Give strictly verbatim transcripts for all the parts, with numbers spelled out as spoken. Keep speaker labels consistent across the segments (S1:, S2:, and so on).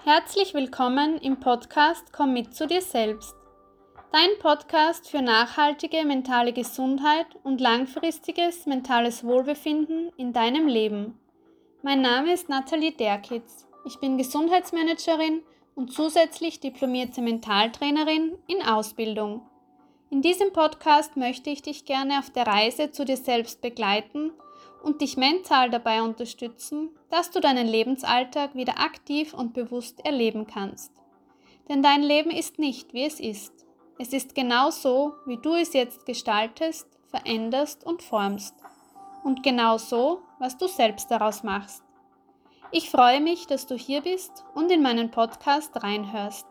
S1: Herzlich willkommen im Podcast Komm mit zu dir selbst. Dein Podcast für nachhaltige mentale Gesundheit und langfristiges mentales Wohlbefinden in deinem Leben. Mein Name ist Nathalie Derkitz. Ich bin Gesundheitsmanagerin und zusätzlich diplomierte Mentaltrainerin in Ausbildung. In diesem Podcast möchte ich dich gerne auf der Reise zu dir selbst begleiten und dich mental dabei unterstützen, dass du deinen Lebensalltag wieder aktiv und bewusst erleben kannst. Denn dein Leben ist nicht, wie es ist. Es ist genau so, wie du es jetzt gestaltest, veränderst und formst. Und genau so, was du selbst daraus machst. Ich freue mich, dass du hier bist und in meinen Podcast reinhörst.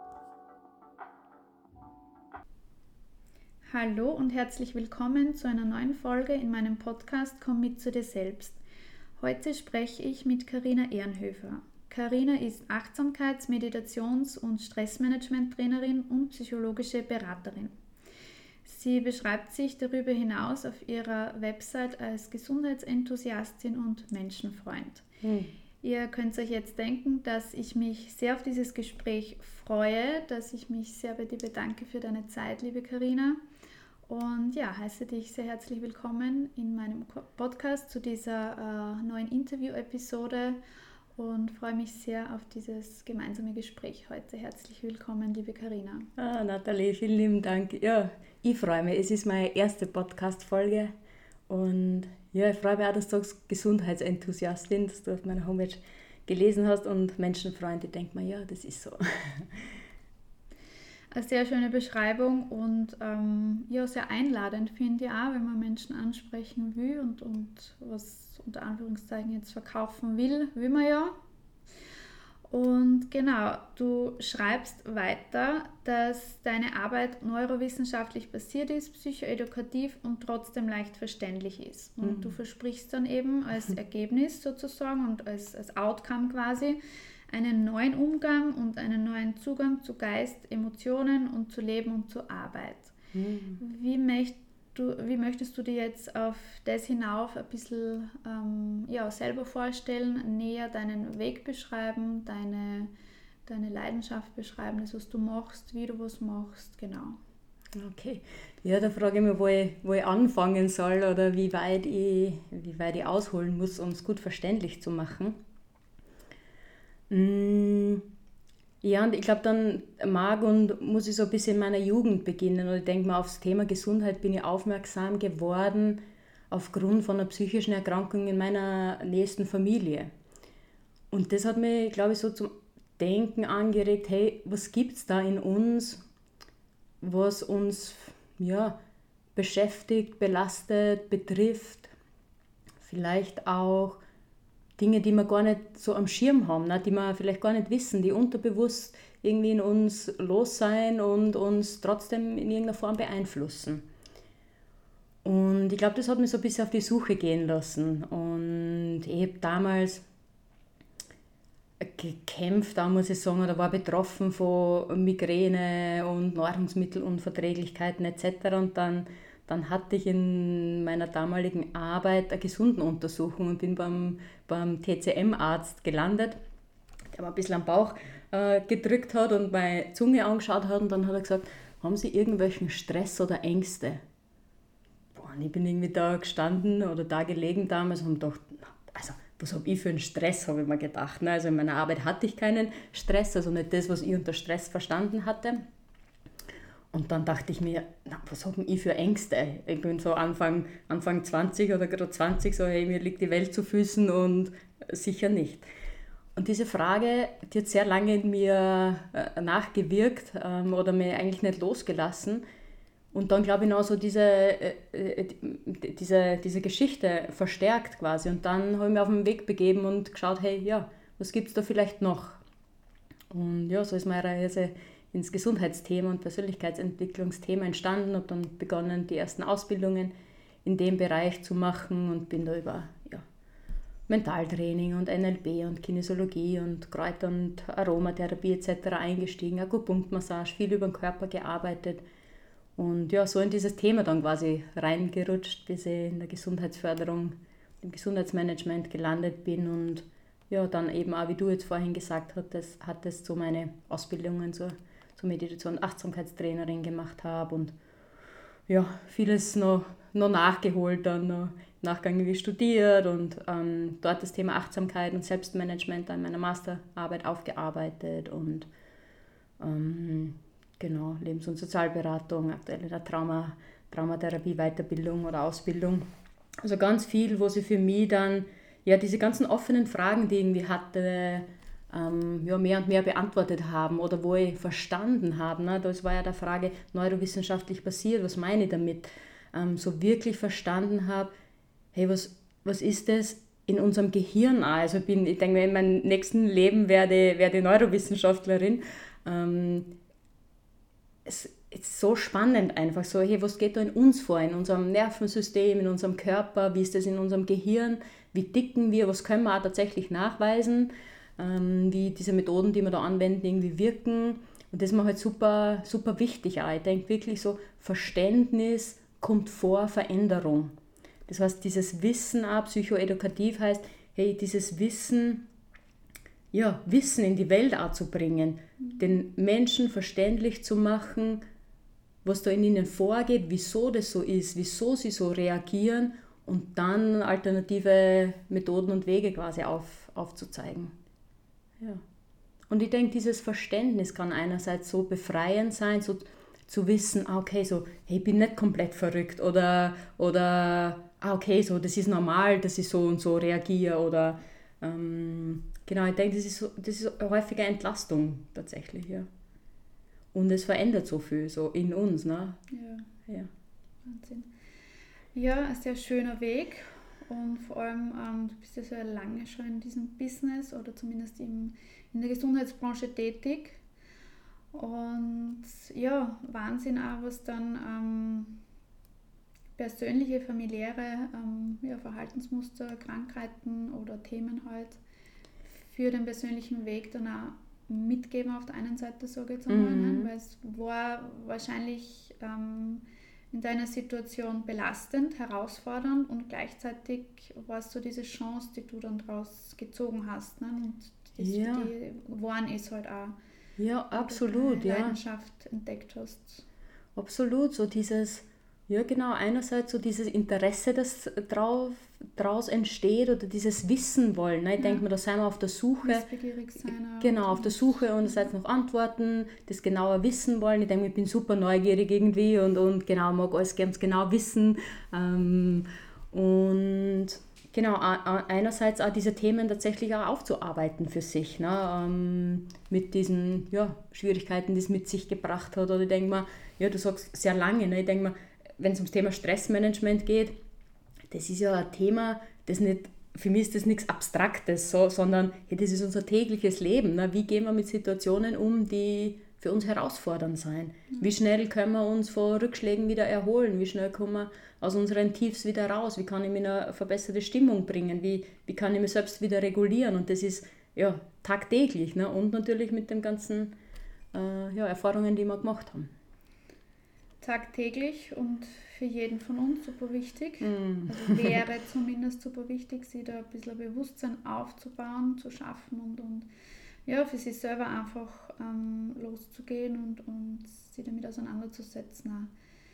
S1: Hallo und herzlich willkommen zu einer neuen Folge in meinem Podcast Komm mit zu dir selbst. Heute spreche ich mit Carina Ehrenhöfer. Carina ist Achtsamkeits-, Meditations- und Stressmanagement-Trainerin und psychologische Beraterin. Sie beschreibt sich darüber hinaus auf ihrer Website als Gesundheitsenthusiastin und Menschenfreund. Hm. Ihr könnt euch jetzt denken, dass ich mich sehr auf dieses Gespräch freue, dass ich mich sehr bei dir bedanke für deine Zeit, liebe Carina. Und ja, heiße dich sehr herzlich willkommen in meinem Podcast zu dieser äh, neuen Interview-Episode und freue mich sehr auf dieses gemeinsame Gespräch heute. Herzlich willkommen, liebe Carina.
S2: Ah, Nathalie, vielen lieben Dank. Ja, ich freue mich. Es ist meine erste Podcast-Folge und ja, ich freue mich auch, dass du sagst Gesundheitsenthusiastin, dass du auf meiner Homepage gelesen hast und Menschenfreund. Ich denke mir, ja, das ist so.
S1: Eine sehr schöne Beschreibung und ähm, ja, sehr einladend finde ich auch, wenn man Menschen ansprechen will und, und was unter Anführungszeichen jetzt verkaufen will, will man ja. Und genau, du schreibst weiter, dass deine Arbeit neurowissenschaftlich basiert ist, psychoedukativ und trotzdem leicht verständlich ist. Und mhm. du versprichst dann eben als Ergebnis sozusagen und als, als Outcome quasi, einen neuen Umgang und einen neuen Zugang zu Geist, Emotionen und zu Leben und zur Arbeit. Mhm. Wie, möcht du, wie möchtest du dir jetzt auf das hinauf ein bisschen ähm, ja, selber vorstellen, näher deinen Weg beschreiben, deine, deine Leidenschaft beschreiben, das, was du machst, wie du was machst, genau.
S2: Okay, ja, da frage ich mich, wo ich, wo ich anfangen soll oder wie weit ich, wie weit ich ausholen muss, um es gut verständlich zu machen. Ja, und ich glaube, dann mag und muss ich so ein bisschen in meiner Jugend beginnen. Und ich denke mal, aufs Thema Gesundheit bin ich aufmerksam geworden aufgrund von einer psychischen Erkrankung in meiner nächsten Familie. Und das hat mich, glaube ich, so zum Denken angeregt, hey, was gibt es da in uns, was uns ja, beschäftigt, belastet, betrifft, vielleicht auch Dinge, die wir gar nicht so am Schirm haben, ne? Die wir vielleicht gar nicht wissen, die unterbewusst irgendwie in uns los sein und uns trotzdem in irgendeiner Form beeinflussen. Und ich glaube, das hat mich so ein bisschen auf die Suche gehen lassen. Und ich habe damals gekämpft, da muss ich sagen, oder war betroffen von Migräne und Nahrungsmittelunverträglichkeiten et cetera. Und dann Dann hatte ich in meiner damaligen Arbeit eine Gesundenuntersuchung und bin beim, beim T C M-Arzt gelandet, der mir ein bisschen am Bauch äh, gedrückt hat und meine Zunge angeschaut hat und dann hat er gesagt, haben Sie irgendwelchen Stress oder Ängste? Boah, und ich bin irgendwie da gestanden oder da gelegen damals und gedacht, also was habe ich für einen Stress, habe ich mir gedacht. Also in meiner Arbeit hatte ich keinen Stress, also nicht das, was ich unter Stress verstanden hatte. Und dann dachte ich mir, na, was habe ich für Ängste? Ich bin so Anfang, Anfang zwanzig oder gerade zwanzig, so hey, mir liegt die Welt zu Füßen und sicher nicht. Und diese Frage, die hat sehr lange in mir äh, nachgewirkt ähm, oder mir eigentlich nicht losgelassen. Und dann glaube ich noch so diese, äh, diese, diese Geschichte verstärkt quasi. Und dann habe ich mich auf den Weg begeben und geschaut, hey, ja, was gibt es da vielleicht noch? Und ja, so ist meine Reise ins Gesundheitsthema und Persönlichkeitsentwicklungsthema entstanden, habe dann begonnen, die ersten Ausbildungen in dem Bereich zu machen und bin da über ja, Mentaltraining und N L P und Kinesiologie und Kräuter- und Aromatherapie et cetera eingestiegen, Akupunktmassage, viel über den Körper gearbeitet und ja, so in dieses Thema dann quasi reingerutscht, bis ich in der Gesundheitsförderung, im Gesundheitsmanagement gelandet bin und ja, dann eben auch, wie du jetzt vorhin gesagt hattest, hattest so meine Ausbildungen zur, zur Meditation- und Achtsamkeitstrainerin gemacht habe und ja, vieles noch, noch nachgeholt, dann noch im Nachgang wie studiert und ähm, dort das Thema Achtsamkeit und Selbstmanagement an meiner Masterarbeit aufgearbeitet und ähm, genau, Lebens- und Sozialberatung, aktuell in der Trauma, Traumatherapie, Weiterbildung oder Ausbildung. Also ganz viel, wo sie für mich dann ja diese ganzen offenen Fragen, die ich irgendwie hatte, ähm, ja, mehr und mehr beantwortet haben oder wo ich verstanden habe. Ne? Das war ja der Frage, neurowissenschaftlich basiert, was meine ich damit? Ähm, so wirklich verstanden habe, hey, was, was ist das in unserem Gehirn? Also ich, bin, ich denke, in meinem nächsten Leben werde, werde ich Neurowissenschaftlerin. Ähm, es ist so spannend einfach so, hey, was geht da in uns vor, in unserem Nervensystem, in unserem Körper, wie ist das in unserem Gehirn, wie dicken wir, was können wir auch tatsächlich nachweisen, ähm, wie diese Methoden, die wir da anwenden, irgendwie wirken. Und das ist mir halt super, super wichtig auch. Ich denke wirklich so, Verständnis kommt vor Veränderung. Das heißt, dieses Wissen auch, psychoedukativ heißt, hey, dieses Wissen, ja, Wissen in die Welt auch zu bringen, den Menschen verständlich zu machen, was da in ihnen vorgeht, wieso das so ist, wieso sie so reagieren und dann alternative Methoden und Wege quasi auf, aufzuzeigen. Ja. Und ich denke, dieses Verständnis kann einerseits so befreiend sein, so zu wissen, ah, okay, so, hey, ich bin nicht komplett verrückt oder, oder ah, okay, so, das ist normal, dass ich so und so reagiere oder ähm, genau, ich denke, das ist, so, das ist häufige Entlastung tatsächlich, ja. Und es verändert so viel so in uns, ne?
S1: Ja.
S2: Ja.
S1: Wahnsinn. Ja, ein sehr schöner Weg und vor allem, ähm, du bist ja sehr lange schon in diesem Business oder zumindest im, in der Gesundheitsbranche tätig. Und ja, Wahnsinn auch, was dann ähm, persönliche, familiäre ähm, ja, Verhaltensmuster, Krankheiten oder Themen halt für den persönlichen Weg dann auch mitgeben auf der einen Seite, sage ich jetzt einmal,
S2: Mhm.
S1: ne? Weil es war wahrscheinlich ähm, in deiner Situation belastend, herausfordernd und gleichzeitig war es so diese Chance, die du dann daraus gezogen hast, ne? Und das
S2: Ja.
S1: für die geworden ist halt auch.
S2: Ja,
S1: Weil
S2: absolut,
S1: du deine
S2: ja.
S1: Leidenschaft entdeckt hast.
S2: Absolut, so dieses, ja genau, einerseits so dieses Interesse, das drauf, daraus entsteht oder dieses Wissen wollen. Ne? Ich
S1: Ja.
S2: denke mir, da sind wir auf der Suche.
S1: Wissbegierig sein auch.
S2: Genau, auf der Suche und einerseits noch Antworten, das genauer wissen wollen. Ich denke, ich bin super neugierig irgendwie und, und genau, mag alles ganz genau wissen. Ähm, und genau, a- a- einerseits auch diese Themen tatsächlich auch aufzuarbeiten für sich, ne? ähm, mit diesen ja, Schwierigkeiten, die es mit sich gebracht hat. Oder ich denke mal, ja, du sagst sehr lange, ne? Ich denke mal, wenn es ums Thema Stressmanagement geht, das ist ja ein Thema, das nicht, für mich ist das nichts Abstraktes, so, sondern hey, das ist unser tägliches Leben. Ne? Wie gehen wir mit Situationen um, die für uns herausfordernd sein? Wie schnell können wir uns vor Rückschlägen wieder erholen? Wie schnell kommen wir aus unseren Tiefs wieder raus? Wie kann ich mir eine verbesserte Stimmung bringen? Wie, wie kann ich mich selbst wieder regulieren? Und das ist ja tagtäglich, ne? Und natürlich mit den ganzen äh, ja, Erfahrungen, die wir gemacht haben.
S1: Tagtäglich und für jeden von uns super wichtig.
S2: Mm.
S1: Also wäre zumindest super wichtig, sich da ein bisschen Bewusstsein aufzubauen, zu schaffen und, und ja, für sich selber einfach ähm, loszugehen und, und sich damit auseinanderzusetzen. Auch.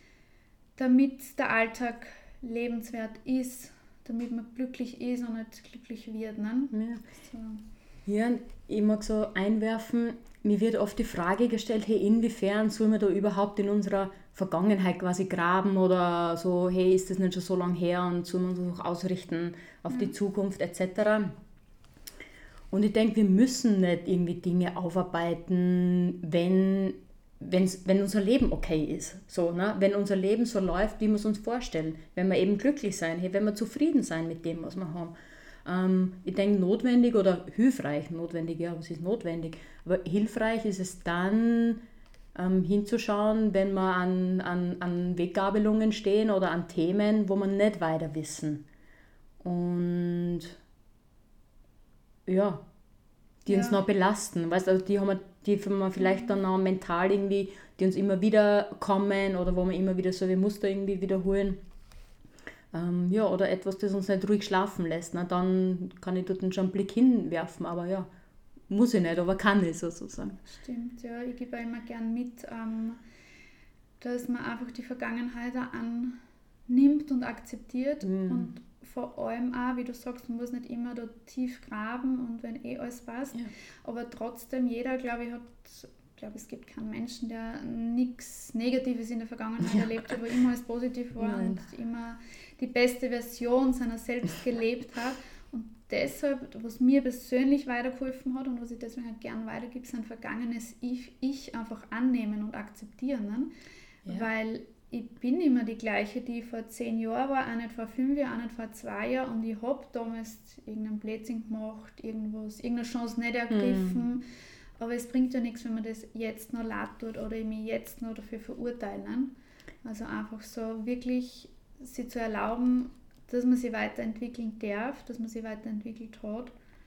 S1: Damit der Alltag lebenswert ist, damit man glücklich ist und nicht glücklich wird. Ne?
S2: Ja.
S1: So.
S2: Ja, ich mag so einwerfen, mir wird oft die Frage gestellt, hey, inwiefern soll man da überhaupt in unserer Vergangenheit quasi graben oder so, hey, ist das nicht schon so lange her und soll man uns auch ausrichten auf
S1: Ja.
S2: die Zukunft et cetera. Und ich denke, wir müssen nicht irgendwie Dinge aufarbeiten, wenn, wenn's, wenn unser Leben okay ist. So, ne? Wenn unser Leben so läuft, wie wir es uns vorstellen. Wenn wir eben glücklich sein, hey, wenn wir zufrieden sein mit dem, was wir haben. Ähm, ich denke, notwendig oder hilfreich, notwendig, ja, was ist notwendig, aber hilfreich ist es dann, ähm, hinzuschauen, wenn wir an, an, an Weggabelungen stehen oder an Themen, wo wir nicht weiter wissen. Und ja, die
S1: Ja.
S2: uns noch belasten, weißt, also die haben wir, die wir vielleicht dann auch mental irgendwie, die uns immer wieder kommen oder wo wir immer wieder so wie Muster irgendwie wiederholen. Ähm, ja, oder etwas, das uns nicht ruhig schlafen lässt. Na, dann kann ich dort schon einen Blick hinwerfen, aber ja, muss ich nicht, aber kann ich sozusagen.
S1: Stimmt, ja. Ich gebe auch immer gern mit, ähm, dass man einfach die Vergangenheit auch annimmt und akzeptiert
S2: Mhm.
S1: und vor allem auch, wie du sagst, man muss nicht immer da tief graben und wenn eh alles passt,
S2: Ja.
S1: aber trotzdem, jeder, glaube ich, hat, ich glaube, es gibt keinen Menschen, der nichts Negatives in der Vergangenheit
S2: Ja.
S1: erlebt hat, wo immer alles positiv war
S2: Nein.
S1: und immer die beste Version seiner selbst gelebt hat. Und deshalb, was mir persönlich weitergeholfen hat und was ich deswegen halt gern weitergebe, ist ein vergangenes Ich, ich einfach annehmen und akzeptieren. Ne?
S2: Ja.
S1: Weil ich bin immer die gleiche, die ich vor zehn Jahren war, auch nicht vor fünf Jahren, auch nicht vor zwei Jahren und ich habe damals irgendeinen Blödsinn gemacht, irgendwas, irgendeine Chance nicht ergriffen. Mm. Aber es bringt ja nichts, wenn man das jetzt noch laut tut oder ich mich jetzt noch dafür verurteilen. Also einfach so wirklich sich zu erlauben, dass man sich weiterentwickeln darf, dass man sich weiterentwickelt hat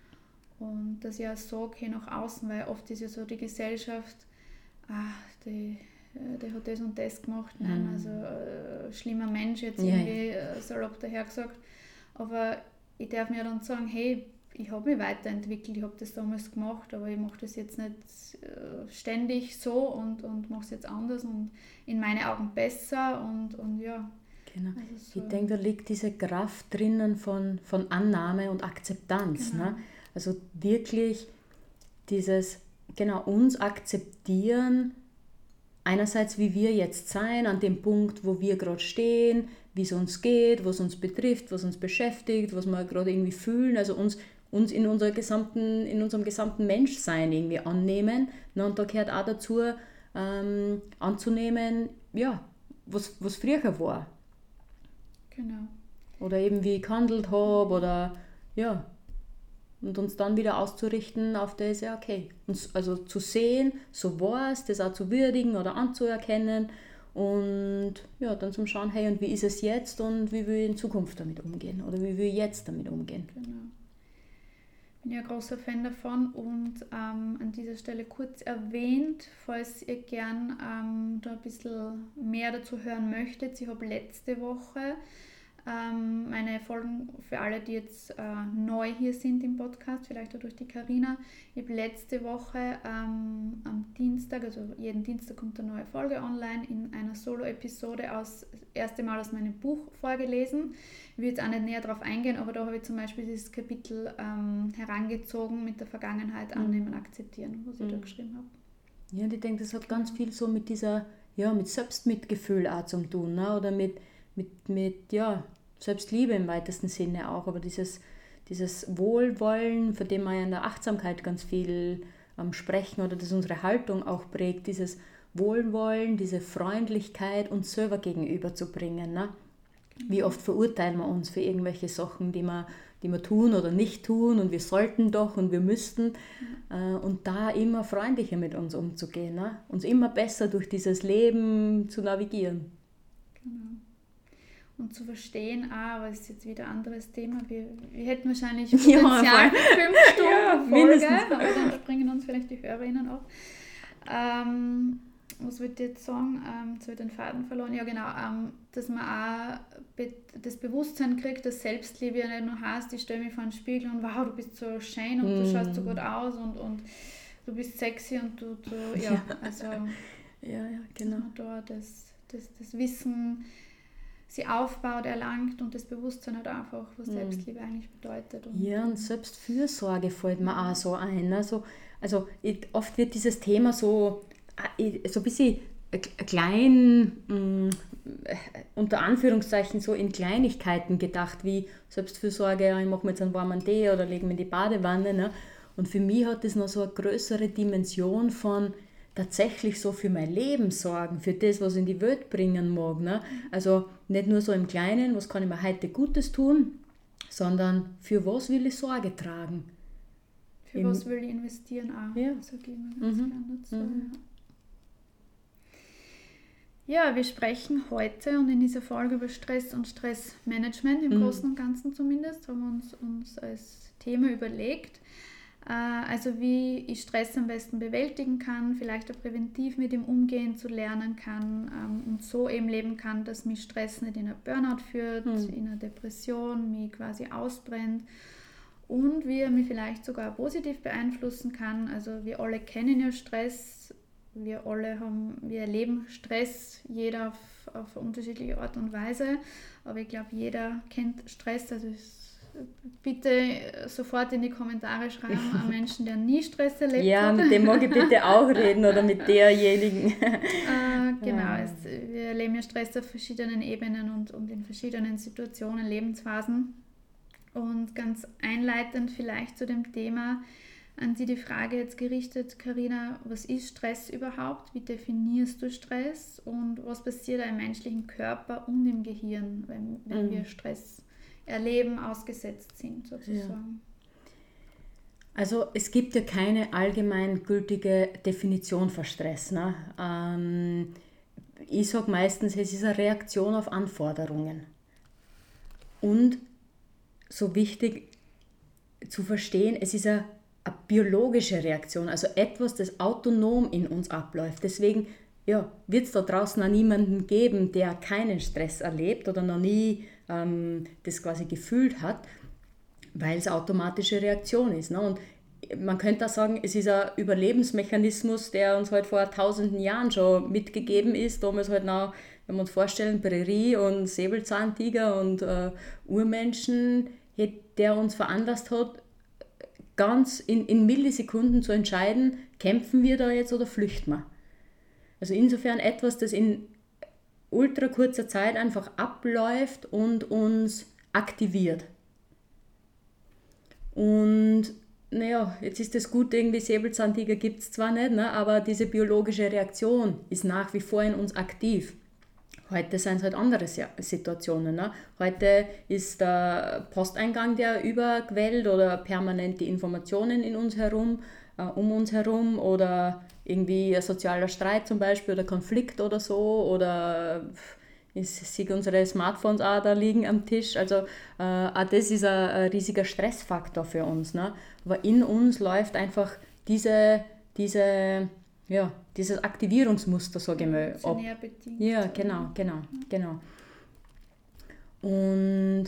S1: und dass ich auch sage, okay, nach außen, weil oft ist ja so die Gesellschaft, ach, die, die hat das und das gemacht, nein,
S2: Mhm.
S1: also äh, schlimmer Mensch, jetzt
S2: Ja,
S1: irgendwie äh, salopp daher gesagt, aber ich darf mir dann sagen, hey, ich habe mich weiterentwickelt, ich habe das damals gemacht, aber ich mache das jetzt nicht äh, ständig so und, und mache es jetzt anders und in meinen Augen besser und, und ja.
S2: Genau.
S1: Also so.
S2: Ich denke, da liegt diese Kraft drinnen von, von Annahme und Akzeptanz.
S1: Genau.
S2: Ne? Also wirklich dieses, genau, uns akzeptieren, einerseits wie wir jetzt sein, an dem Punkt, wo wir gerade stehen, wie es uns geht, was uns betrifft, was uns beschäftigt, was wir gerade irgendwie fühlen, also uns, uns in, unserer gesamten, in unserem gesamten Menschsein irgendwie annehmen. Ne? Und da gehört auch dazu, ähm, anzunehmen, ja, was, was früher war.
S1: Genau.
S2: Oder eben wie ich gehandelt habe oder ja. Und uns dann wieder auszurichten auf das, ja okay. Und also zu sehen, so war es, das auch zu würdigen oder anzuerkennen und ja, dann zum Schauen, hey, und wie ist es jetzt und wie will ich in Zukunft damit umgehen oder wie will ich jetzt damit umgehen.
S1: Genau. Ich bin ja ein großer Fan davon und ähm, an dieser Stelle kurz erwähnt, falls ihr gern ähm, da ein bisschen mehr dazu hören möchtet. Ich habe letzte Woche ähm, meine Folgen für alle, die jetzt äh, neu hier sind im Podcast, vielleicht auch durch die Carina. Ich habe letzte Woche ähm, am Dienstag, also jeden Dienstag kommt eine neue Folge online, in einer Solo-Episode aus, das erste Mal aus meinem Buch vorgelesen. Ich will jetzt auch nicht näher darauf eingehen, aber da habe ich zum Beispiel dieses Kapitel ähm, herangezogen mit der Vergangenheit annehmen, akzeptieren, was ich mhm. da geschrieben habe.
S2: Ja, und ich denke, das hat ganz viel so mit dieser, ja, mit Selbstmitgefühl auch zu tun, ne? Oder mit, mit, mit, ja, Selbstliebe im weitesten Sinne auch, aber dieses, dieses Wohlwollen, von dem wir ja in der Achtsamkeit ganz viel ähm, sprechen oder das unsere Haltung auch prägt, dieses Wohlwollen, diese Freundlichkeit uns selber gegenüberzubringen. Ne? Wie oft verurteilen wir uns für irgendwelche Sachen, die wir, die wir tun oder nicht tun und wir sollten doch und wir müssten. Äh, und da immer freundlicher mit uns umzugehen, ne? Uns immer besser durch dieses Leben zu navigieren.
S1: Genau. Und zu verstehen, ah, aber es ist jetzt wieder ein anderes Thema. Wir, wir hätten wahrscheinlich Potenzial
S2: ja,
S1: für fünf Stunden
S2: ja,
S1: Folge,
S2: mindestens.
S1: aber dann springen uns vielleicht die HörerInnen auf. Ähm, was würde ich jetzt sagen? Ähm, jetzt habe ich den Faden verloren. Ja, genau, ähm, dass man auch be- das Bewusstsein kriegt, dass Selbstliebe ja nicht nur heißt, ich stelle mich vor den Spiegel und wow, du bist so schön und mm. du schaust so gut aus und, und du bist sexy und du, du ja, also
S2: ja, ja, genau.
S1: Da das, das, das Wissen sie aufbaut, erlangt und das Bewusstsein hat einfach, was Selbstliebe mhm. eigentlich bedeutet. Und
S2: ja, und Selbstfürsorge fällt mir auch so ein. Also, also ich, oft wird dieses Thema so, so ein bisschen klein, mh, unter Anführungszeichen so in Kleinigkeiten gedacht, wie Selbstfürsorge, ich mache mir jetzt einen warmen Tee oder lege mir in die Badewanne. Ne? Und für mich hat das noch so eine größere Dimension von tatsächlich so für mein Leben sorgen, für das, was ich in die Welt bringen mag. Ne? Also nicht nur so im Kleinen, was kann ich mir heute Gutes tun, sondern für was will ich Sorge tragen.
S1: Für Im, was will ich investieren auch.
S2: Ja.
S1: So gehen wir ganz
S2: mhm.
S1: gerne dazu.
S2: Mhm.
S1: Ja, wir sprechen heute und in dieser Folge über Stress und Stressmanagement, im mhm. Großen und Ganzen zumindest, haben wir uns, uns als Thema überlegt. Also wie ich Stress am besten bewältigen kann, vielleicht auch präventiv mit ihm umgehen zu lernen kann ähm, und so eben leben kann, dass mich Stress nicht in einen Burnout führt, hm. in eine Depression, mich quasi ausbrennt und wie er mich vielleicht sogar positiv beeinflussen kann. Also wir alle kennen ja Stress, wir alle haben, wir erleben Stress, jeder auf, auf eine unterschiedliche Art und Weise, aber ich glaube, jeder kennt Stress, also es bitte sofort in die Kommentare schreiben an Menschen, der nie Stress erlebt
S2: ja,
S1: hat.
S2: Ja, mit dem mag ich bitte auch reden oder mit derjenigen.
S1: äh, genau, es, wir erleben ja Stress auf verschiedenen Ebenen und, und in verschiedenen Situationen, Lebensphasen. Und ganz einleitend vielleicht zu dem Thema, an Sie die Frage jetzt gerichtet, Carina, was ist Stress überhaupt? Wie definierst du Stress? Und was passiert im menschlichen Körper und im Gehirn, wenn, wenn mhm. wir Stress erleben, ausgesetzt sind sozusagen. Ja.
S2: Also es gibt ja keine allgemeingültige Definition für Stress. Ne? Ähm, ich sage meistens, es ist eine Reaktion auf Anforderungen. Und so wichtig zu verstehen, es ist eine, eine biologische Reaktion, also etwas, das autonom in uns abläuft. Deswegen ja, wird es da draußen auch niemanden geben, der keinen Stress erlebt oder noch nie ähm, das quasi gefühlt hat, weil es eine automatische Reaktion ist. Ne? Und man könnte auch sagen, es ist ein Überlebensmechanismus, der uns halt vor tausenden Jahren schon mitgegeben ist. Damals halt noch, wenn wir uns vorstellen, Prärie und Säbelzahntiger und äh, Urmenschen, der uns veranlasst hat, ganz in, in Millisekunden zu entscheiden, kämpfen wir da jetzt oder flüchten wir. Also insofern etwas, das in ultra kurzer Zeit einfach abläuft und uns aktiviert. Und naja, jetzt ist das gut, irgendwie Säbelzahntiger gibt es zwar nicht, ne, aber diese biologische Reaktion ist nach wie vor in uns aktiv. Heute sind es halt andere Situationen. Ne? Heute ist der Posteingang, der überquellt oder permanent die Informationen in uns herum, äh, um uns herum oder irgendwie ein sozialer Streit zum Beispiel oder Konflikt oder so oder ich sehe unsere Smartphones auch da liegen am Tisch. Also äh, auch das ist ein, ein riesiger Stressfaktor für uns. Ne? Aber in uns läuft einfach diese, diese ja, dieses Aktivierungsmuster, sage ich mal, ab. Ja, genau, genau, genau. Und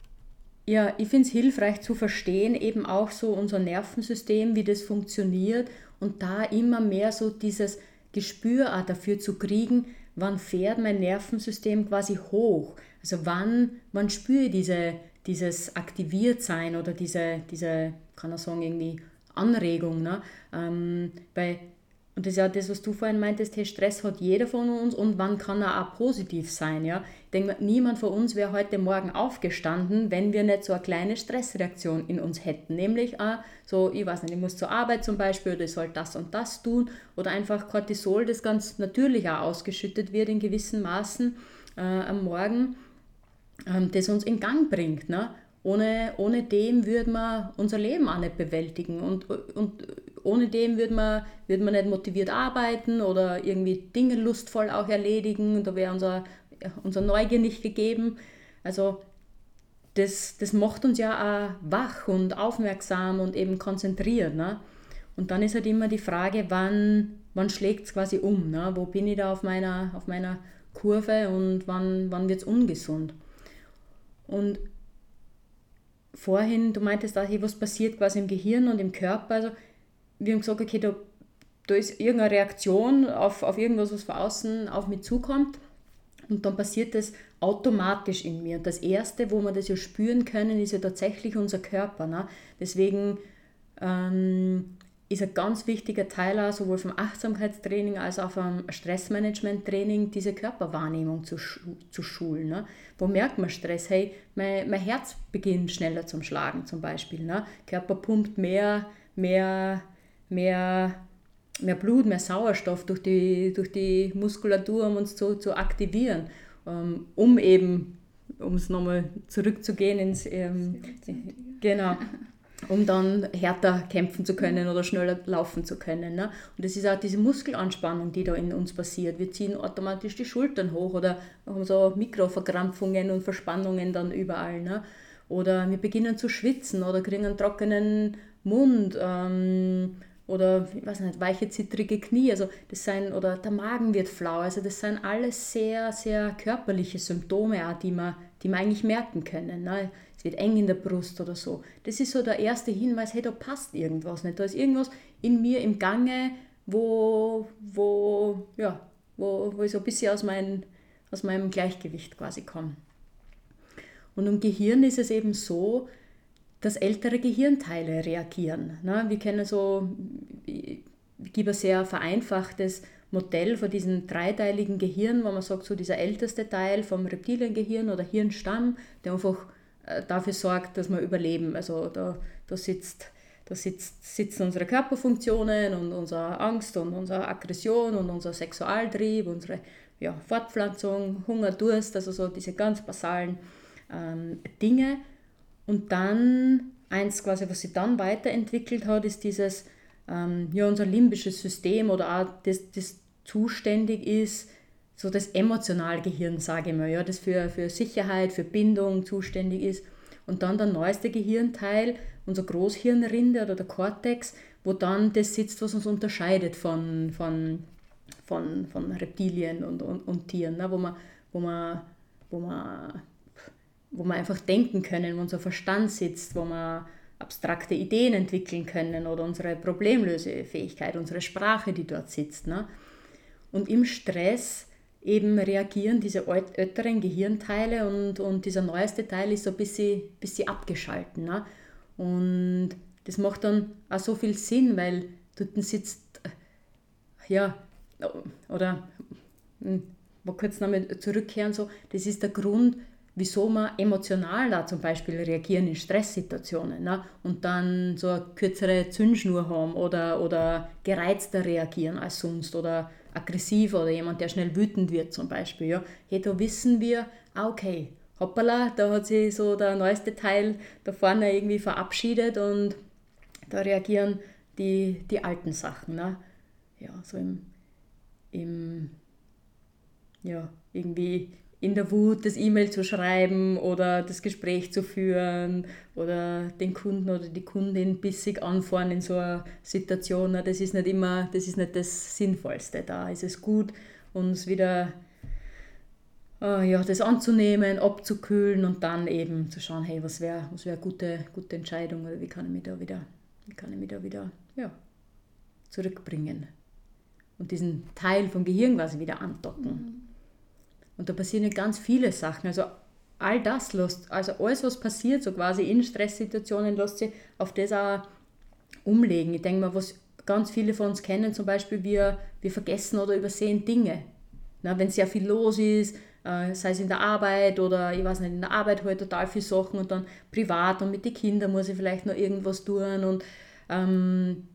S2: ja, ich finde es hilfreich zu verstehen, eben auch so unser Nervensystem, wie das funktioniert und da immer mehr so dieses Gespür auch dafür zu kriegen, wann fährt mein Nervensystem quasi hoch. Also wann, wann spüre ich diese, dieses Aktiviertsein oder diese, diese, kann man sagen, irgendwie Anregung. Ne? Ähm, bei Und das ist ja das, was du vorhin meintest, hey, Stress hat jeder von uns und wann kann er auch positiv sein. Ja? Ich denke, niemand von uns wäre heute Morgen aufgestanden, wenn wir nicht so eine kleine Stressreaktion in uns hätten. Nämlich auch so, ich weiß nicht, ich muss zur Arbeit zum Beispiel oder ich soll das und das tun oder einfach Cortisol, das ganz natürlich auch ausgeschüttet wird in gewissen Maßen äh, am Morgen, ähm, das uns in Gang bringt. Ne? Ohne, ohne dem würde man unser Leben auch nicht bewältigen und, und ohne dem würde man, würde man nicht motiviert arbeiten oder irgendwie Dinge lustvoll auch erledigen, da wäre unser, unser Neugier nicht gegeben. Also das, das macht uns ja auch wach und aufmerksam und eben konzentriert. Ne? Und dann ist halt immer die Frage, wann, wann schlägt es quasi um? Ne? Wo bin ich da auf meiner, auf meiner Kurve und wann, wann wird es ungesund? Und vorhin, du meintest auch, hey, was passiert quasi im Gehirn und im Körper. Also wir haben gesagt, okay, da, da ist irgendeine Reaktion auf, auf irgendwas, was von außen auf mich zukommt und dann passiert das automatisch in mir. Und das Erste, wo wir das ja spüren können, ist ja tatsächlich unser Körper. Ne? Deswegen ähm, ist ein ganz wichtiger Teil auch sowohl vom Achtsamkeitstraining als auch vom Stressmanagement-Training, diese Körperwahrnehmung zu, zu schulen. Ne? Wo merkt man Stress? Hey, mein, mein Herz beginnt schneller zum Schlagen zum Beispiel. Ne? Körper pumpt mehr, mehr, mehr, mehr Blut, mehr Sauerstoff durch die, durch die Muskulatur, um uns zu, zu aktivieren, um, um eben, um es nochmal zurückzugehen ins, ähm, genau, um dann härter kämpfen zu können oder schneller laufen zu können. Ne? Und das ist auch diese Muskelanspannung, die da in uns passiert. Wir ziehen automatisch die Schultern hoch oder haben so Mikroverkrampfungen und Verspannungen dann überall. Ne? Oder wir beginnen zu schwitzen oder kriegen einen trockenen Mund ähm, oder ich weiß nicht, weiche, zittrige Knie, also das sind, oder der Magen wird flau, also das sind alles sehr, sehr körperliche Symptome auch, die man, die man eigentlich merken können. Ne? Es wird eng in der Brust oder so. Das ist so der erste Hinweis, hey, da passt irgendwas nicht, da ist irgendwas in mir im Gange, wo, wo, ja, wo, wo ich so ein bisschen aus, mein, aus meinem Gleichgewicht quasi komme. Und im Gehirn ist es eben so, dass ältere Gehirnteile reagieren. Wir kennen so, ich gebe ein sehr vereinfachtes Modell von diesem dreiteiligen Gehirn, wo man sagt, so dieser älteste Teil vom Reptiliengehirn oder Hirnstamm, der einfach dafür sorgt, dass wir überleben. Also da, da, sitzt, da sitzt, sitzen unsere Körperfunktionen und unsere Angst und unsere Aggression und unser Sexualtrieb, unsere ja, Fortpflanzung, Hunger, Durst, also so diese ganz basalen ähm, Dinge. Und dann, eins quasi, was sich dann weiterentwickelt hat, ist dieses, ähm, ja, unser limbisches System oder auch das, das zuständig ist, so das emotionale Gehirn, sage ich mal, ja, das für, für Sicherheit, für Bindung zuständig ist. Und dann der neueste Gehirnteil, unser Großhirnrinde oder der Kortex, wo dann das sitzt, was uns unterscheidet von, von, von, von Reptilien und, und, und Tieren, ne, wo man, wo man, wo man wo wir einfach denken können, wo unser Verstand sitzt, wo wir abstrakte Ideen entwickeln können oder unsere Problemlösefähigkeit, unsere Sprache, die dort sitzt. Ne? Und im Stress eben reagieren diese älteren Gehirnteile und, und dieser neueste Teil ist so ein bisschen, bisschen abgeschalten. Ne? Und das macht dann auch so viel Sinn, weil dort sitzt, ja, oder, mal kurz nochmal zurückkehren, so, das ist der Grund, wieso wir emotional da zum Beispiel reagieren in Stresssituationen, ne? Und dann so eine kürzere Zündschnur haben oder, oder gereizter reagieren als sonst oder aggressiver oder jemand, der schnell wütend wird zum Beispiel. Ja? Hey, da wissen wir, okay, hoppala, da hat sich so der neueste Teil da vorne irgendwie verabschiedet und da reagieren die, die alten Sachen. Ne? Ja, so im, im ja, irgendwie in der Wut das E-Mail zu schreiben oder das Gespräch zu führen oder den Kunden oder die Kundin bissig anfahren in so einer Situation, das ist nicht immer, das ist nicht das Sinnvollste. Da ist es gut, uns wieder äh, ja, das anzunehmen, abzukühlen und dann eben zu schauen, hey, was wäre was wär eine gute, gute Entscheidung oder wie kann ich mich da wieder, wie kann ich mich da wieder ja, zurückbringen und diesen Teil vom Gehirn quasi wieder andocken. Mhm. Und da passieren ganz viele Sachen. Also all das lässt, also alles, was passiert, so quasi in Stresssituationen, lässt sich auf das auch umlegen. Ich denke mal, was ganz viele von uns kennen, zum Beispiel, wir, wir vergessen oder übersehen Dinge. Na, wenn sehr viel los ist, äh, sei es in der Arbeit oder ich weiß nicht, in der Arbeit halt total viele Sachen und dann privat und mit den Kindern muss ich vielleicht noch irgendwas tun und ähm,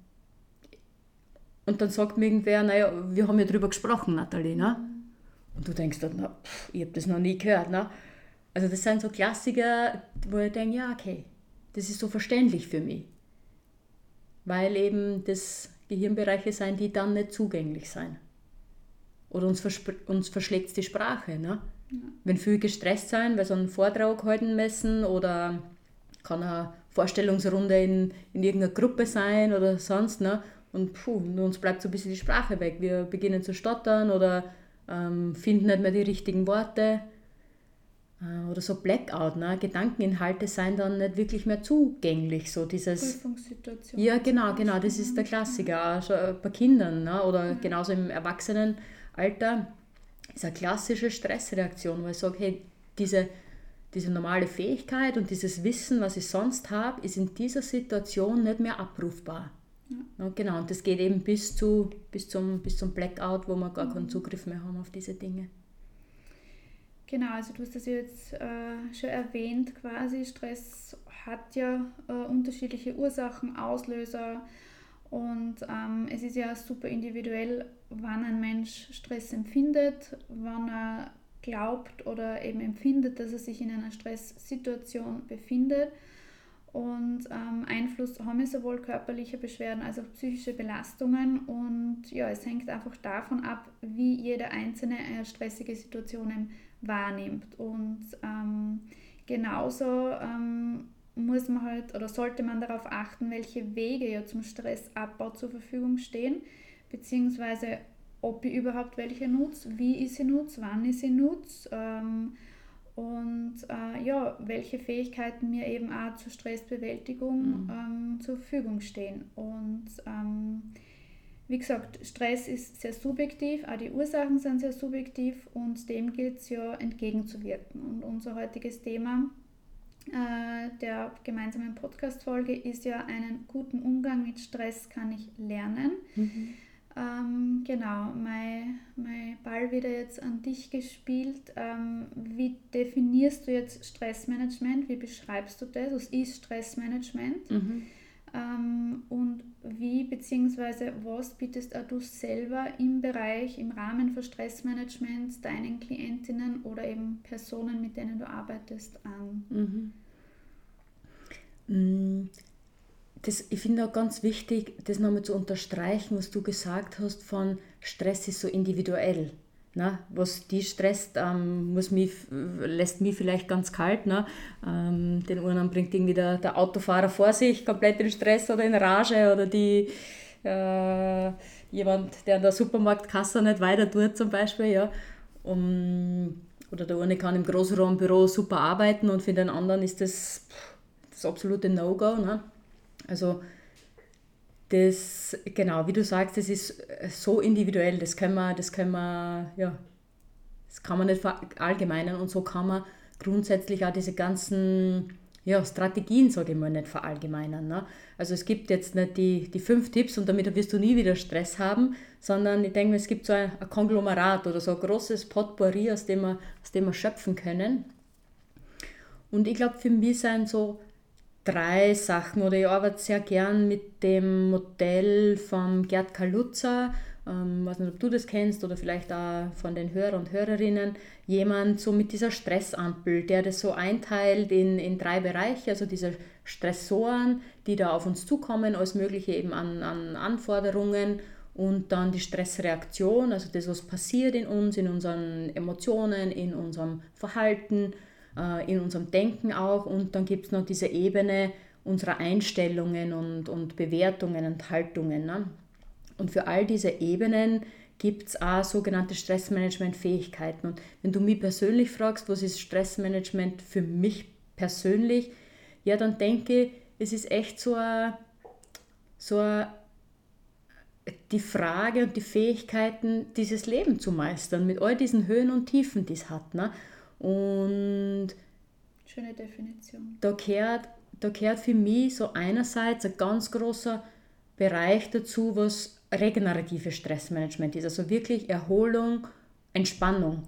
S2: und dann sagt mir irgendwer, naja, wir haben ja drüber gesprochen, Nathalie, ne? Und du denkst dann, na, pff, ich habe das noch nie gehört. Ne? Also das sind so Klassiker, wo ich denke, ja okay, das ist so verständlich für mich. Weil eben das Gehirnbereiche sind, die dann nicht zugänglich sind. Oder uns, uns verschlägt die Sprache. Ne? Ja. Wenn viele gestresst sind, weil sie einen Vortrag halten müssen oder kann eine Vorstellungsrunde in, in irgendeiner Gruppe sein oder sonst. Ne? Und puh, uns bleibt so ein bisschen die Sprache weg. Wir beginnen zu stottern oder ähm, finden nicht mehr die richtigen Worte. Äh, oder so Blackout. Ne? Gedankeninhalte sind dann nicht wirklich mehr zugänglich. So dieses,
S1: Prüfungssituation.
S2: Ja, genau, genau. Das ist der Klassiker. Auch schon bei Kindern, ne? Oder ja. Genauso im Erwachsenenalter. Ist eine klassische Stressreaktion, weil ich sage, hey, diese, diese normale Fähigkeit und dieses Wissen, was ich sonst habe, ist in dieser Situation nicht mehr abrufbar. Ja. Ja, genau, und das geht eben bis, zu, bis, zum, bis zum Blackout, wo wir gar mhm. keinen Zugriff mehr haben auf diese Dinge.
S1: Genau, also du hast das jetzt äh, schon erwähnt quasi, Stress hat ja äh, unterschiedliche Ursachen, Auslöser und ähm, es ist ja super individuell, wann ein Mensch Stress empfindet, wann er glaubt oder eben empfindet, dass er sich in einer Stresssituation befindet. Und ähm, Einfluss haben sowohl körperliche Beschwerden als auch psychische Belastungen und ja, es hängt einfach davon ab, wie jeder Einzelne äh, stressige Situationen wahrnimmt. Und ähm, genauso ähm, muss man halt oder sollte man darauf achten, welche Wege ja zum Stressabbau zur Verfügung stehen, beziehungsweise ob ich überhaupt welche nutze, wie ich sie nutze, wann ich sie nutze ähm, und äh, ja, welche Fähigkeiten mir eben auch zur Stressbewältigung
S2: Mhm.
S1: ähm, zur Verfügung stehen. Und ähm, wie gesagt, Stress ist sehr subjektiv, auch die Ursachen sind sehr subjektiv und dem gilt es ja entgegenzuwirken. Und unser heutiges Thema äh, der gemeinsamen Podcast-Folge ist ja, einen guten Umgang mit Stress kann ich lernen.
S2: Mhm.
S1: Ähm, genau, mein, mein Ball wieder jetzt an dich gespielt. Ähm, wie definierst du jetzt Stressmanagement? Wie beschreibst du das? Was ist Stressmanagement?
S2: Mhm.
S1: Ähm, und wie bzw. was bietest auch du selber im Bereich, im Rahmen von Stressmanagement deinen Klientinnen oder eben Personen, mit denen du arbeitest, an?
S2: Mhm. Mm, Das, ich finde auch ganz wichtig, das nochmal zu unterstreichen, was du gesagt hast von Stress ist so individuell. Ne? Was die stresst, ähm, muss mich, lässt mich vielleicht ganz kalt. Ne? Ähm, den einen bringt irgendwie der, der Autofahrer vor sich komplett in Stress oder in Rage oder die, äh, jemand, der an der Supermarktkasse nicht weiter tut zum Beispiel. Ja? Um, oder der eine kann im Großraumbüro super arbeiten und für den anderen ist das das absolute No-Go. Ne? Also das, genau, wie du sagst, das ist so individuell, das können wir, das können wir, ja, das kann man nicht verallgemeinern und so kann man grundsätzlich auch diese ganzen ja, Strategien, sage ich mal, nicht verallgemeinern. Ne? Also es gibt jetzt nicht die, die fünf Tipps und damit wirst du nie wieder Stress haben, sondern ich denke, es gibt so ein, ein Konglomerat oder so ein großes Potpourri, aus dem wir, aus dem wir schöpfen können. Und ich glaube, für mich sind so drei Sachen oder ich arbeite sehr gern mit dem Modell von Gerd Kaluza. Ich ähm, weiß nicht, ob du das kennst oder vielleicht auch von den Hörer und Hörerinnen. Jemand so mit dieser Stressampel, der das so einteilt in, in drei Bereiche, also diese Stressoren, die da auf uns zukommen, alles Mögliche eben an, an Anforderungen und dann die Stressreaktion, also das, was passiert in uns, in unseren Emotionen, in unserem Verhalten, in unserem Denken auch und dann gibt es noch diese Ebene unserer Einstellungen und, und Bewertungen und Haltungen. Ne? Und für all diese Ebenen gibt es auch sogenannte Stressmanagement-Fähigkeiten. Und wenn du mich persönlich fragst, was ist Stressmanagement für mich persönlich, ja, dann denke ich, es ist echt so eine, so eine, die Frage und die Fähigkeiten, dieses Leben zu meistern, mit all diesen Höhen und Tiefen, die es hat. Ne? Und
S1: Schöne Definition.
S2: da gehört, da gehört für mich so einerseits ein ganz großer Bereich dazu, was regeneratives Stressmanagement ist, also wirklich Erholung, Entspannung.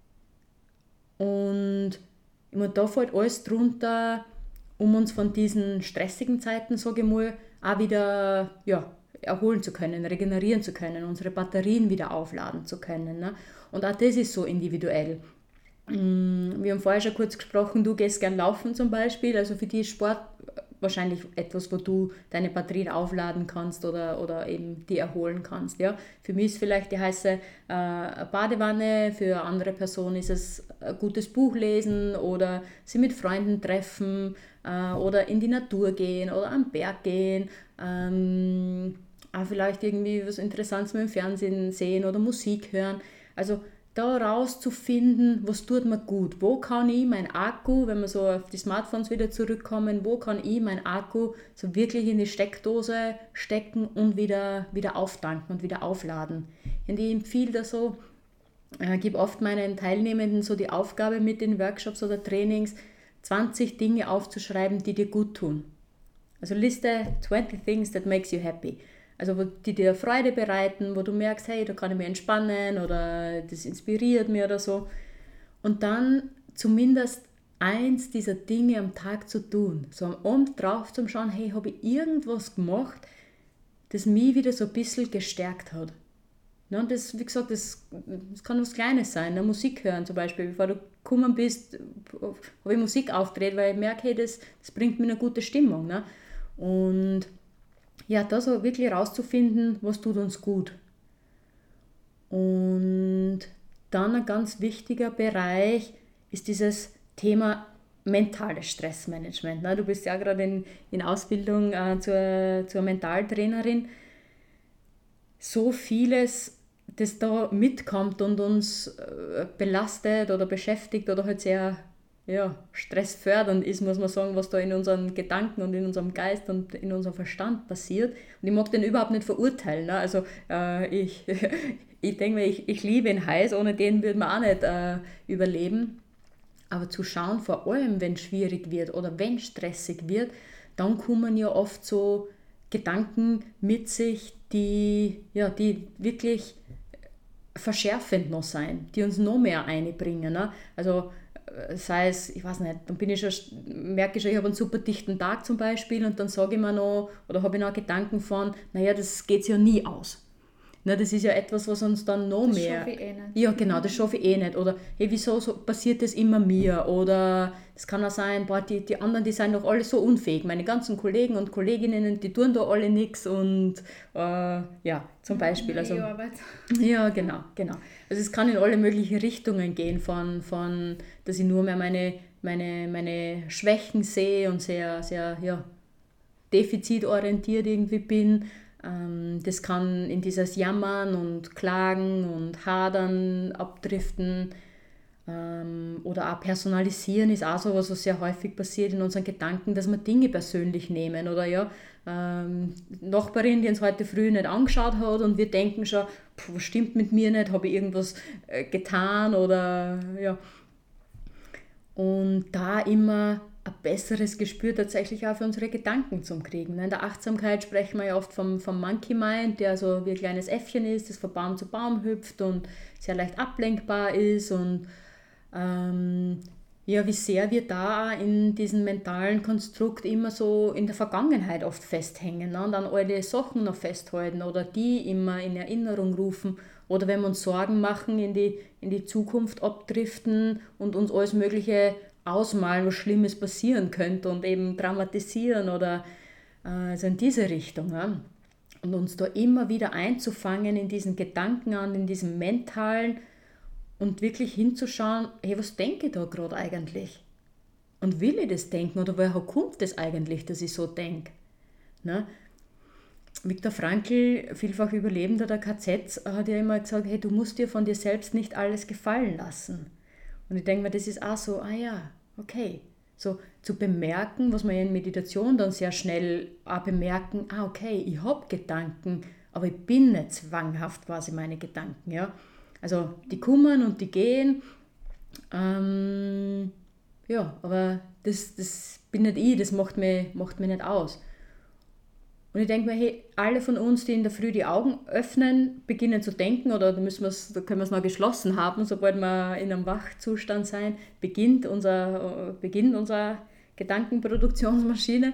S2: Und ich meine, da fällt alles drunter, um uns von diesen stressigen Zeiten, sage ich mal, auch wieder ja, erholen zu können, regenerieren zu können, unsere Batterien wieder aufladen zu können. Ne? Und auch das ist so individuell. Wir haben vorher schon kurz gesprochen, du gehst gern laufen zum Beispiel, also für dich ist Sport wahrscheinlich etwas, wo du deine Batterien aufladen kannst oder, oder eben die erholen kannst. Ja? Für mich ist vielleicht die heiße äh, Badewanne, für eine andere Person ist es ein gutes Buch lesen oder sie mit Freunden treffen äh, oder in die Natur gehen oder am Berg gehen. Ähm, auch vielleicht irgendwie was Interessantes mit dem Fernsehen sehen oder Musik hören. Also da rauszufinden, was tut mir gut, wo kann ich mein Akku, wenn wir so auf die Smartphones wieder zurückkommen, wo kann ich mein Akku so wirklich in die Steckdose stecken und wieder, wieder auftanken und wieder aufladen. Und ich empfehle da so, äh, gebe oft meinen Teilnehmenden so die Aufgabe mit den Workshops oder Trainings, zwanzig Dinge aufzuschreiben, die dir gut tun. Also Liste twenty things that makes you happy. Also wo die dir Freude bereiten, wo du merkst, hey, da kann ich mich entspannen oder das inspiriert mich oder so. Und dann zumindest eins dieser Dinge am Tag zu tun. So am Abend drauf zu schauen, hey, habe ich irgendwas gemacht, das mich wieder so ein bisschen gestärkt hat. Ja, und das, wie gesagt, das, das kann was Kleines sein. Ne? Musik hören zum Beispiel. Bevor du gekommen bist, habe ich Musik aufgedreht, weil ich merke, hey, das, das bringt mir eine gute Stimmung. Ne? Und ja, da so wirklich rauszufinden, was tut uns gut. Und dann ein ganz wichtiger Bereich ist dieses Thema mentales Stressmanagement. Ne? Du bist ja gerade in, in Ausbildung äh, zur, zur Mentaltrainerin. So vieles, das da mitkommt und uns äh, belastet oder beschäftigt oder halt sehr ja, stressfördernd ist, muss man sagen, was da in unseren Gedanken und in unserem Geist und in unserem Verstand passiert. Und ich mag den überhaupt nicht verurteilen. Ne? Also äh, ich, ich denke mir, ich, ich liebe ihn heiß, ohne den würde man auch nicht äh, überleben. Aber zu schauen, vor allem wenn es schwierig wird oder wenn es stressig wird, dann kommen ja oft so Gedanken mit sich, die, ja, die wirklich verschärfend noch sein, die uns noch mehr einbringen. Ne? Also sei es, ich weiß nicht, dann bin ich schon, merke ich schon, ich habe einen super dichten Tag zum Beispiel und dann sage ich mir noch, oder habe ich noch Gedanken von, naja, das geht ja nie aus. Na, das ist ja etwas, was uns dann noch
S1: das
S2: mehr...
S1: Das schaffe ich eh nicht.
S2: Ja, genau, das schaffe ich eh nicht. Oder, hey, wieso so passiert das immer mir? Oder es kann auch sein, boah, die, die anderen, die sind doch alle so unfähig. Meine ganzen Kollegen und Kolleginnen, die tun da alle nichts und äh, ja, zum Beispiel.
S1: Ja,
S2: also,
S1: E-Arbeit.
S2: Ja, genau, genau. Also es kann in alle möglichen Richtungen gehen, von, von dass ich nur mehr meine, meine, meine Schwächen sehe und sehr, sehr ja, defizitorientiert irgendwie bin. Das kann in dieses Jammern und Klagen und Hadern abdriften. Oder auch Personalisieren ist auch so was, was sehr häufig passiert in unseren Gedanken, dass wir Dinge persönlich nehmen. Oder ja, ähm, Nachbarin, die uns heute früh nicht angeschaut hat und wir denken schon, pff, was stimmt mit mir nicht, habe ich irgendwas äh, getan oder ja. Und da immer ein besseres Gespür tatsächlich auch für unsere Gedanken zu kriegen. In der Achtsamkeit sprechen wir ja oft vom, vom Monkey Mind, der so wie ein kleines Äffchen ist, das von Baum zu Baum hüpft und sehr leicht ablenkbar ist und ähm, ja, wie sehr wir da in diesem mentalen Konstrukt immer so in der Vergangenheit oft festhängen, ne? Und an alte Sachen noch festhalten oder die immer in Erinnerung rufen oder wenn wir uns Sorgen machen, in die, in die Zukunft abdriften und uns alles Mögliche ausmalen, was Schlimmes passieren könnte und eben dramatisieren oder äh, also in diese Richtung. Ja? Und uns da immer wieder einzufangen in diesen Gedanken an, in diesem mentalen und wirklich hinzuschauen, hey, was denke ich da gerade eigentlich? Und will ich das denken oder woher kommt das eigentlich, dass ich so denke? Ne? Viktor Frankl, vielfach Überlebender der K Zs, hat ja immer gesagt, hey, du musst dir von dir selbst nicht alles gefallen lassen. Und ich denke mir, das ist auch so, ah ja, okay. So zu bemerken, was man in Meditation dann sehr schnell auch bemerken, ah okay, ich habe Gedanken, aber ich bin nicht zwanghaft quasi meine Gedanken. Ja? Also die kommen und die gehen, ähm, ja, aber das, das bin nicht ich, das macht mich, macht mich nicht aus. Und ich denke mir, hey, alle von uns, die in der Früh die Augen öffnen, beginnen zu denken, oder da, müssen wir's, da können wir es noch geschlossen haben, sobald wir in einem Wachzustand sein, beginnt unser, beginnt unsere Gedankenproduktionsmaschine.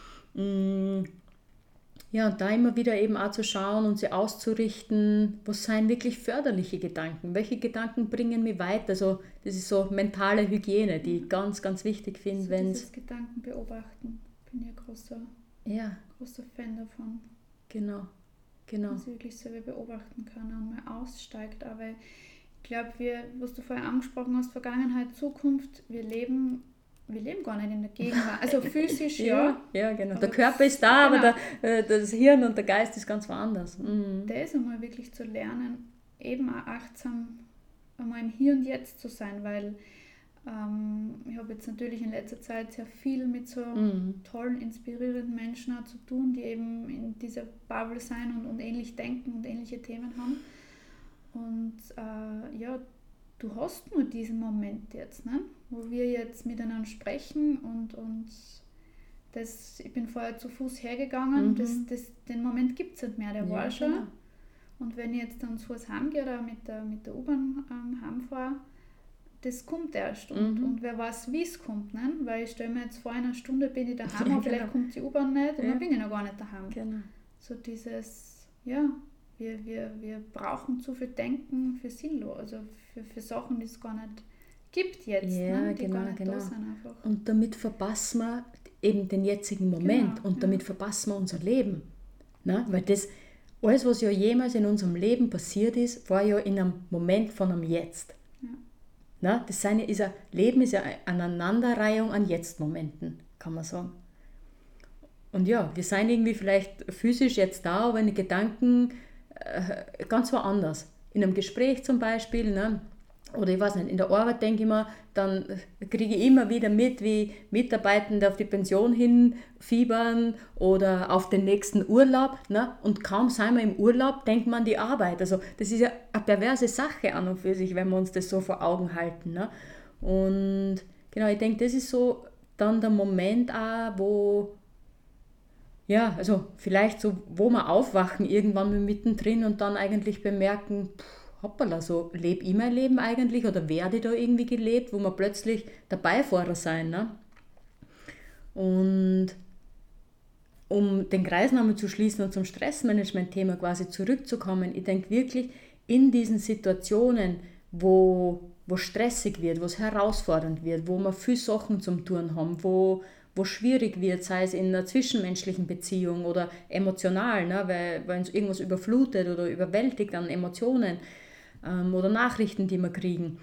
S2: Ja, und da immer wieder eben auch zu schauen und sie auszurichten, was sind wirklich förderliche Gedanken, welche Gedanken bringen mich weiter. Also das ist so mentale Hygiene, die ich ganz, ganz wichtig finde.
S1: Also
S2: wenn
S1: dieses Gedanken beobachten, bin ich ein großer...
S2: Ja.
S1: großer Fan davon.
S2: Genau, genau.
S1: Dass man wirklich selber beobachten kann und mal aussteigt. Aber ich glaube, wir, was du vorher angesprochen hast, Vergangenheit, Zukunft, wir leben, wir leben gar nicht in der Gegenwart. Also physisch, ja.
S2: Ja, ja, genau. Der Körper ist da, genau. Aber der, das Hirn und der Geist ist ganz woanders.
S1: Mhm. Das einmal wirklich zu lernen, eben auch achtsam einmal im Hier und Jetzt zu sein, weil ich habe jetzt natürlich in letzter Zeit sehr viel mit so mhm. tollen, inspirierenden Menschen auch zu tun, die eben in dieser Bubble sein und, und ähnlich denken und ähnliche Themen haben. Und äh, ja, du hast nur diesen Moment jetzt, ne? Wo wir jetzt miteinander sprechen und, und das, ich bin vorher zu Fuß hergegangen, mhm. das, das, den Moment gibt es nicht mehr, der ja, war schon. Genau. Und wenn ich jetzt dann zu Fuß heimgehe oder mit der, mit der U-Bahn ähm, heimfahre, das kommt erst und, mhm. und wer weiß, wie es kommt, ne? Weil ich stelle mir jetzt vor, einer Stunde bin ich daheim, ja, vielleicht genau. kommt die U-Bahn nicht und ja. dann bin ich noch gar nicht daheim.
S2: Genau.
S1: So dieses, ja, wir, wir, wir brauchen zu viel Denken für sinnlos, also für, für Sachen, die es gar nicht gibt jetzt,
S2: ja,
S1: ne? Die
S2: genau,
S1: gar nicht
S2: genau.
S1: da sind einfach.
S2: Und damit verpassen wir eben den jetzigen Moment
S1: genau,
S2: und damit ja. verpassen wir unser Leben. Ne? Weil das, alles, was ja jemals in unserem Leben passiert ist, war ja in einem Moment von einem Jetzt. Na, das seine ist ja, Leben ist ja eine Aneinanderreihung an Jetzt-Momenten, kann man sagen. Und ja, wir sind irgendwie vielleicht physisch jetzt da, aber in den Gedanken äh, ganz woanders. In einem Gespräch zum Beispiel, ne? Oder ich weiß nicht, in der Arbeit denke ich mir, dann kriege ich immer wieder mit, wie Mitarbeitende auf die Pension hinfiebern oder auf den nächsten Urlaub. Ne? Und kaum sind wir im Urlaub, denkt man an die Arbeit. Also das ist ja eine perverse Sache an und für sich, wenn wir uns das so vor Augen halten. Ne? Und genau, ich denke, das ist so dann der Moment auch, wo, ja, also vielleicht so, wo wir aufwachen irgendwann mittendrin und dann eigentlich bemerken, pff, hoppala, so lebe ich mein Leben eigentlich oder werde ich da irgendwie gelebt, wo wir plötzlich der Beifahrer sein. Ne? Und um den Kreis nochmal zu schließen und zum Stressmanagement-Thema quasi zurückzukommen, ich denke wirklich in diesen Situationen, wo, wo stressig wird, wo es herausfordernd wird, wo wir viele Sachen zum Tun haben, wo wo schwierig wird, sei es in einer zwischenmenschlichen Beziehung oder emotional, ne, weil, weil uns irgendwas überflutet oder überwältigt an Emotionen ähm, oder Nachrichten, die wir kriegen.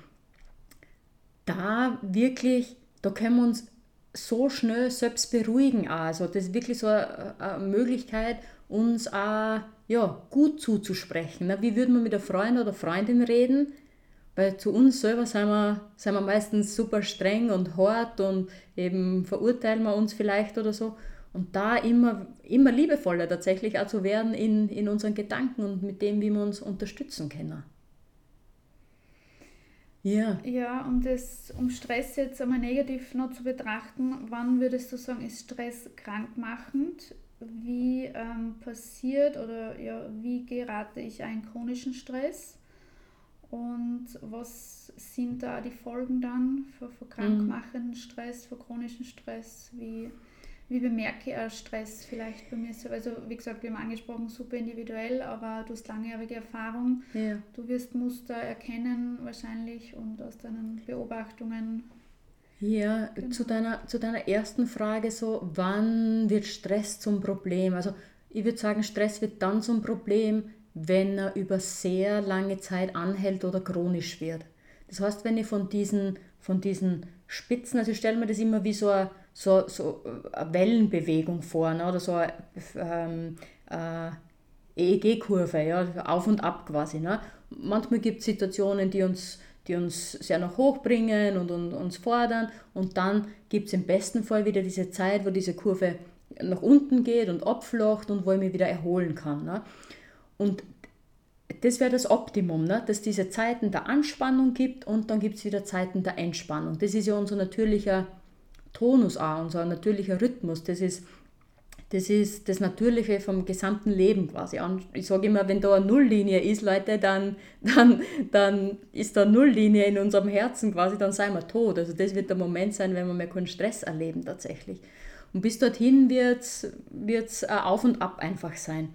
S2: Da wirklich, da können wir uns so schnell selbst beruhigen auch. Also das ist wirklich so eine, eine Möglichkeit, uns auch ja, gut zuzusprechen. Ne? Wie würden wir mit einem Freund oder Freundin reden? Weil zu uns selber sind wir, sind wir meistens super streng und hart und eben verurteilen wir uns vielleicht oder so. Und da immer, immer liebevoller tatsächlich auch zu werden in, in unseren Gedanken und mit dem, wie wir uns unterstützen können. Ja.
S1: Ja, um, das, um Stress jetzt einmal negativ noch zu betrachten, wann würdest du sagen, ist Stress krankmachend? Wie ähm, passiert oder ja, wie gerate ich einen chronischen Stress? Und was sind da die Folgen dann für, für krankmachenden Stress, für chronischen Stress? Wie, wie bemerke ich auch Stress vielleicht bei mir? Also wie gesagt, wir haben angesprochen, super individuell, aber du hast langjährige Erfahrung.
S2: Ja.
S1: Du wirst Muster erkennen wahrscheinlich und aus deinen Beobachtungen.
S2: Ja, genau. zu, deiner, zu deiner ersten Frage so, wann wird Stress zum Problem? Also ich würde sagen, Stress wird dann zum Problem, wenn er über sehr lange Zeit anhält oder chronisch wird. Das heißt, wenn ich von diesen, von diesen Spitzen, also ich stelle mir das immer wie so eine, so, so eine Wellenbewegung vor, ne? Oder so eine ähm, äh, E E G-Kurve, ja? Auf und ab quasi. Ne? Manchmal gibt es Situationen, die uns, die uns sehr nach hoch bringen und, und uns fordern, und dann gibt es im besten Fall wieder diese Zeit, wo diese Kurve nach unten geht und abflacht und wo ich mich wieder erholen kann. Ne? Und das wäre das Optimum, ne? Dass es diese Zeiten der Anspannung gibt und dann gibt es wieder Zeiten der Entspannung. Das ist ja unser natürlicher Tonus auch, unser natürlicher Rhythmus. Das ist das, ist das Natürliche vom gesamten Leben quasi. Ich sage immer, wenn da eine Nulllinie ist, Leute, dann, dann, dann ist da eine Nulllinie in unserem Herzen quasi, dann sind wir tot. Also das wird der Moment sein, wenn wir mehr keinen Stress erleben tatsächlich. Und bis dorthin wird es ein Auf und Ab einfach sein.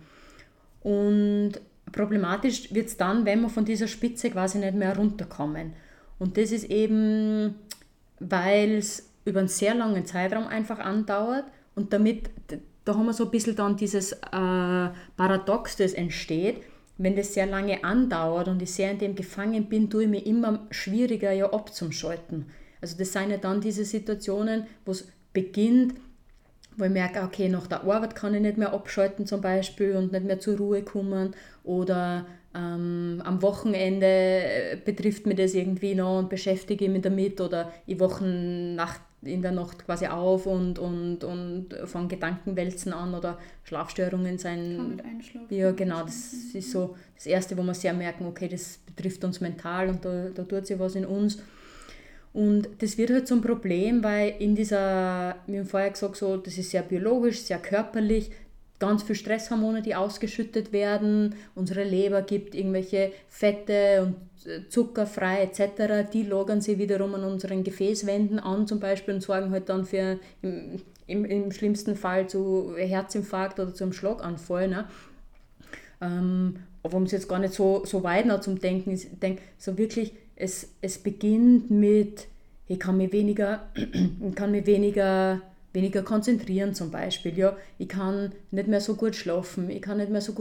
S2: Und problematisch wird es dann, wenn wir von dieser Spitze quasi nicht mehr runterkommen. Und das ist eben, weil es über einen sehr langen Zeitraum einfach andauert und damit, da haben wir so ein bisschen dann dieses äh, Paradox, das entsteht. Wenn das sehr lange andauert und ich sehr in dem gefangen bin, tue ich mir immer schwieriger, ja abzuschalten. Also das sind ja dann diese Situationen, wo es beginnt, wo ich merke, okay, nach der Arbeit kann ich nicht mehr abschalten zum Beispiel und nicht mehr zur Ruhe kommen, oder ähm, am Wochenende betrifft mich das irgendwie noch und beschäftige mich damit, oder ich wache Nacht, in der Nacht quasi auf und, und, und fange Gedankenwälzen an oder Schlafstörungen sein.
S1: Kann mit einschlafen.
S2: Ja, genau, das ist so das Erste, wo wir sehr merken, okay, das betrifft uns mental und da, da tut sich was in uns. Und das wird halt zum Problem, weil in dieser, wie ich vorher gesagt, so, das ist sehr biologisch, sehr körperlich, ganz viele Stresshormone, die ausgeschüttet werden. Unsere Leber gibt irgendwelche Fette und Zucker frei et cetera. Die lagern sich wiederum an unseren Gefäßwänden an zum Beispiel und sorgen halt dann für im, im, im schlimmsten Fall zu Herzinfarkt oder zum Schlaganfall. Ne? Ähm, aber um es jetzt gar nicht so, so weit noch zum Denken, ich denke so wirklich, es, es beginnt mit, ich kann mich weniger, ich kann mich weniger, weniger konzentrieren zum Beispiel. Ja? Ich kann nicht mehr so gut schlafen, ich kann nicht mehr so gut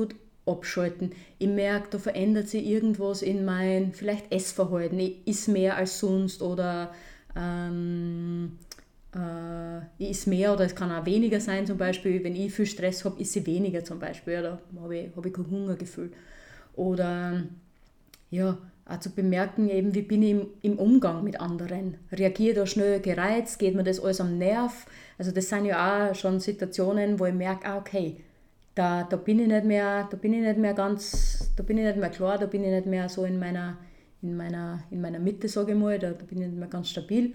S2: abschalten. Ich merke, da verändert sich irgendwas in mein vielleicht Essverhalten. Ich esse mehr als sonst oder ähm, äh, ich esse mehr oder es kann auch weniger sein zum Beispiel. Wenn ich viel Stress habe, esse ich weniger zum Beispiel. Ja, da habe ich, hab ich kein Hungergefühl. Oder ja, auch zu bemerken, eben, wie bin ich im, im Umgang mit anderen. Reagiere da schnell gereizt, geht mir das alles am Nerv. Also das sind ja auch schon Situationen, wo ich merke, ah, okay, da, da bin ich nicht mehr, da bin ich nicht mehr ganz, da bin ich nicht mehr klar, da bin ich nicht mehr so in meiner, in meiner, in meiner Mitte, sage ich mal, da, da bin ich nicht mehr ganz stabil.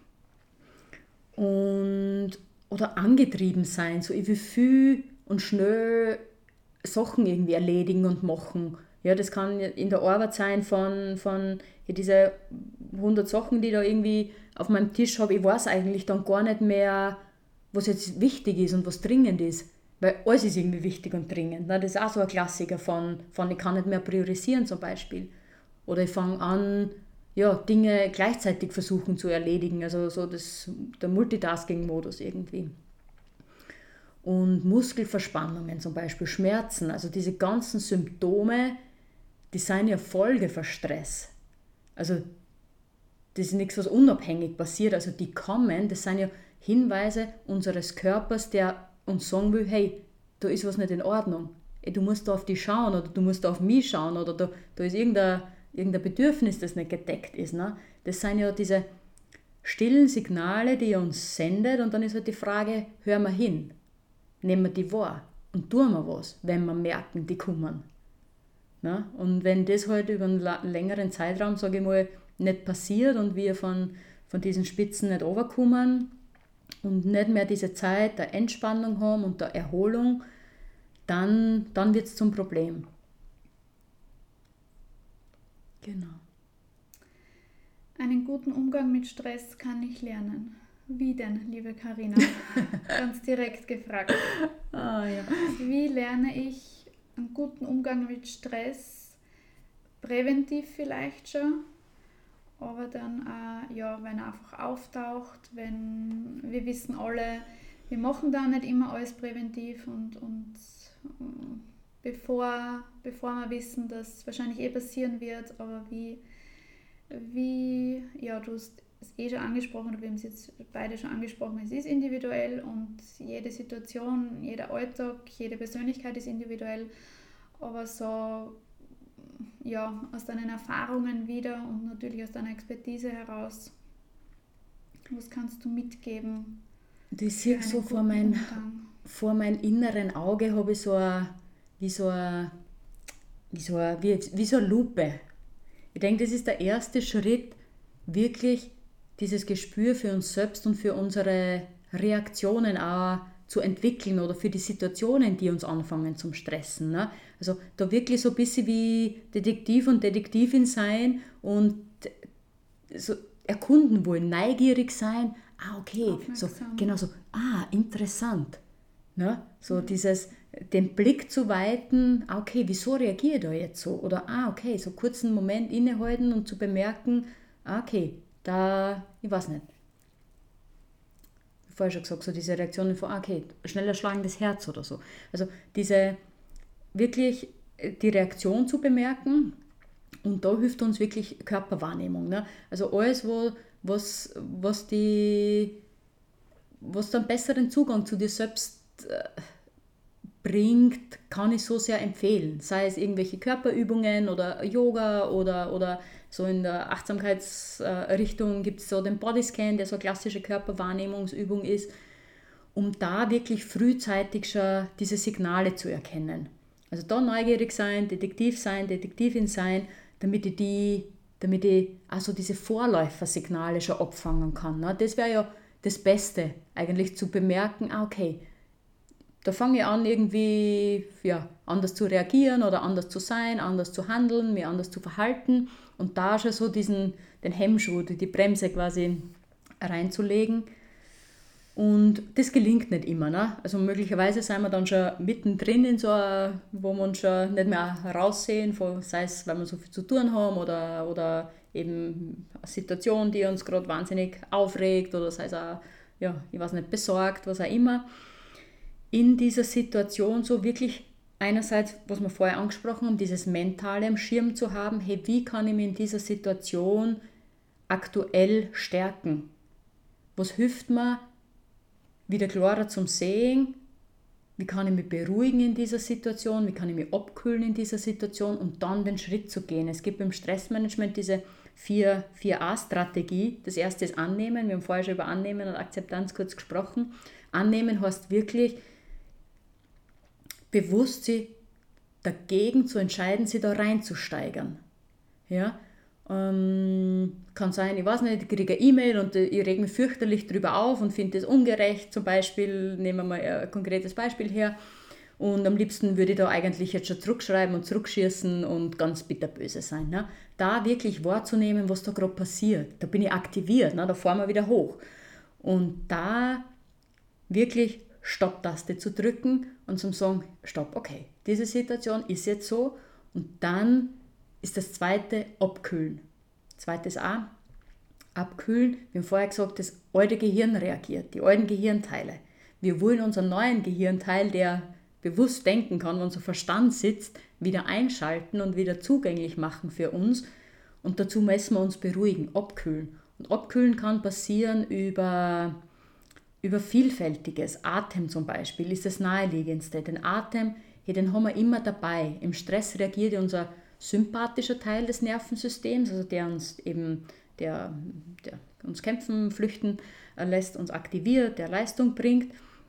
S2: Und, oder angetrieben sein, so ich will viel und schnell Sachen irgendwie erledigen und machen. Ja, das kann in der Arbeit sein von, von ja, diese hundert Sachen, die ich da irgendwie auf meinem Tisch habe. Ich weiß eigentlich dann gar nicht mehr, was jetzt wichtig ist und was dringend ist. Weil alles ist irgendwie wichtig und dringend. Ne? Das ist auch so ein Klassiker von, von ich kann nicht mehr priorisieren zum Beispiel. Oder ich fange an, ja, Dinge gleichzeitig versuchen zu erledigen. Also so das, der Multitasking-Modus irgendwie. Und Muskelverspannungen zum Beispiel, Schmerzen, also diese ganzen Symptome, die sind ja Folge von Stress. Also das ist nichts, was unabhängig passiert. Also die kommen, das sind ja Hinweise unseres Körpers, der uns sagen will, hey, da ist was nicht in Ordnung. Du musst da auf dich schauen oder du musst da auf mich schauen oder da, da ist irgendein, irgendein Bedürfnis, das nicht gedeckt ist. Ne? Das sind ja diese stillen Signale, die er uns sendet und dann ist halt die Frage, hören wir hin, nehmen wir die wahr und tun wir was, wenn wir merken, die kommen. Ne? Und wenn das halt über einen längeren Zeitraum, sage ich mal, nicht passiert und wir von, von diesen Spitzen nicht runterkommen und nicht mehr diese Zeit der Entspannung haben und der Erholung, dann, dann wird es zum Problem. Genau.
S1: Einen guten Umgang mit Stress kann ich lernen. Wie denn, liebe Carina? Ganz direkt gefragt.
S2: Ah, ja.
S1: Wie lerne ich einen guten Umgang mit Stress? Präventiv vielleicht schon, aber dann auch, ja, wenn er einfach auftaucht, wenn wir wissen alle, wir machen da nicht immer alles präventiv und, und bevor, bevor wir wissen, dass es wahrscheinlich eh passieren wird, aber wie, wie ja, du hast es eh schon angesprochen, oder wir haben es jetzt beide schon angesprochen, es ist individuell und jede Situation, jeder Alltag, jede Persönlichkeit ist individuell, aber so ja, aus deinen Erfahrungen wieder und natürlich aus deiner Expertise heraus, was kannst du mitgeben?
S2: Ich sehe so vor mein, vor meinem inneren Auge habe ich so eine, wie so eine, wie so eine, wie, wie so eine Lupe. Ich denke, das ist der erste Schritt, wirklich dieses Gespür für uns selbst und für unsere Reaktionen auch zu entwickeln oder für die Situationen, die uns anfangen zum Stressen. Ne? Also da wirklich so ein bisschen wie Detektiv und Detektivin sein und so erkunden wollen, neugierig sein. Ah, okay, so, genau so, ah, interessant. Ne? So mhm. dieses, den Blick zu weiten, ah, okay, wieso reagiere ich da jetzt so? Oder, ah, okay, so kurz einen Moment innehalten und zu bemerken, ah, okay, da, ich weiß nicht, vorher schon gesagt, so diese Reaktionen von, okay, schneller schlagendes Herz oder so. Also diese, wirklich die Reaktion zu bemerken und da hilft uns wirklich Körperwahrnehmung. Ne? Also alles, wo, was, was, die, was einen besseren Zugang zu dir selbst äh, bringt, kann ich so sehr empfehlen. Sei es irgendwelche Körperübungen oder Yoga oder, oder so in der Achtsamkeitsrichtung gibt es so den Bodyscan, der so eine klassische Körperwahrnehmungsübung ist, um da wirklich frühzeitig schon diese Signale zu erkennen. Also da neugierig sein, Detektiv sein, Detektivin sein, damit ich, die, damit ich also diese Vorläufersignale schon abfangen kann. Ne? Das wäre ja das Beste, eigentlich zu bemerken, ah, okay, da fange ich an, irgendwie ja, anders zu reagieren oder anders zu sein, anders zu handeln, mich anders zu verhalten und da schon so diesen, den Hemmschuh, die Bremse quasi reinzulegen. Und das gelingt nicht immer. Ne? Also möglicherweise sind wir dann schon mittendrin in so einer, wo wir uns schon nicht mehr raussehen, von, sei es, weil wir so viel zu tun haben oder, oder eben eine Situation, die uns gerade wahnsinnig aufregt oder sei es auch, ja, ich weiß nicht, besorgt, was auch immer. In dieser Situation so wirklich einerseits, was wir vorher angesprochen haben, dieses Mentale am Schirm zu haben, hey, wie kann ich mich in dieser Situation aktuell stärken? Was hilft mir, wieder klarer zum Sehen? Wie kann ich mich beruhigen in dieser Situation? Wie kann ich mich abkühlen in dieser Situation? Und dann den Schritt zu gehen. Es gibt im Stressmanagement diese vier A Strategie. Das erste ist Annehmen. Wir haben vorher schon über Annehmen und Akzeptanz kurz gesprochen. Annehmen heißt wirklich, bewusst sich dagegen zu entscheiden, sich da reinzusteigern. Ja? Ähm, kann sein, ich weiß nicht, ich kriege eine E-Mail und ich rege mich fürchterlich drüber auf und finde das ungerecht. Zum Beispiel, nehmen wir mal ein konkretes Beispiel her. Und am liebsten würde ich da eigentlich jetzt schon zurückschreiben und zurückschießen und ganz bitterböse sein. Ne? Da wirklich wahrzunehmen, was da gerade passiert. Da bin ich aktiviert, ne? Da fahren wir wieder hoch. Und da wirklich Stopp-Taste zu drücken und zum sagen, stopp, okay, diese Situation ist jetzt so. Und dann ist das zweite Abkühlen. Zweites A, abkühlen. Wir haben vorher gesagt, das alte Gehirn reagiert, die alten Gehirnteile. Wir wollen unseren neuen Gehirnteil, der bewusst denken kann, wo unser Verstand sitzt, wieder einschalten und wieder zugänglich machen für uns. Und dazu müssen wir uns beruhigen, abkühlen. Und abkühlen kann passieren über, über Vielfältiges. Atem zum Beispiel ist das Naheliegendste. Den Atem, ja, den haben wir immer dabei. Im Stress reagiert unser sympathischer Teil des Nervensystems, also der uns eben, der, der uns kämpfen, flüchten lässt, uns aktiviert, der Leistung bringt.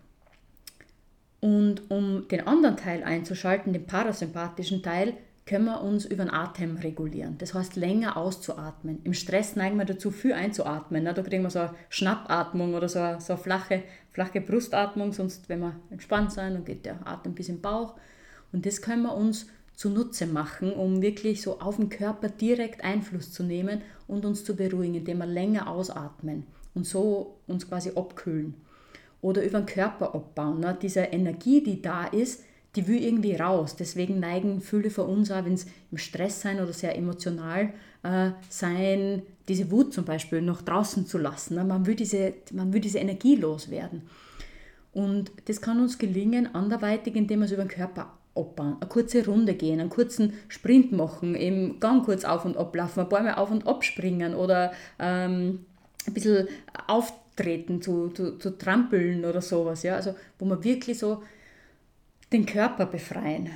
S2: Und um den anderen Teil einzuschalten, den parasympathischen Teil, können wir uns über den Atem regulieren. Das heißt, länger auszuatmen. Im Stress neigen wir dazu, viel einzuatmen. Da kriegen wir so eine Schnappatmung oder so eine, so eine flache, flache Brustatmung, sonst, wenn wir entspannt sind, dann geht der Atem bis im Bauch. Und das können wir uns zunutze machen, um wirklich so auf den Körper direkt Einfluss zu nehmen und uns zu beruhigen, indem wir länger ausatmen und so uns quasi abkühlen. Oder über den Körper abbauen. Ne? Diese Energie, die da ist, die will irgendwie raus. Deswegen neigen viele von uns auch, wenn es im Stress sein oder sehr emotional äh, sein, diese Wut zum Beispiel noch draußen zu lassen. Ne? Man will diese, man will diese Energie loswerden. Und das kann uns gelingen, anderweitig, indem wir es über den Körper abbauen. Eine kurze Runde gehen, einen kurzen Sprint machen, im Gang kurz auf und ablaufen, ein paar Mal auf und ab springen oder ähm, ein bisschen auftreten, zu, zu, zu trampeln oder sowas. Ja? Also, wo wir wirklich so den Körper befreien.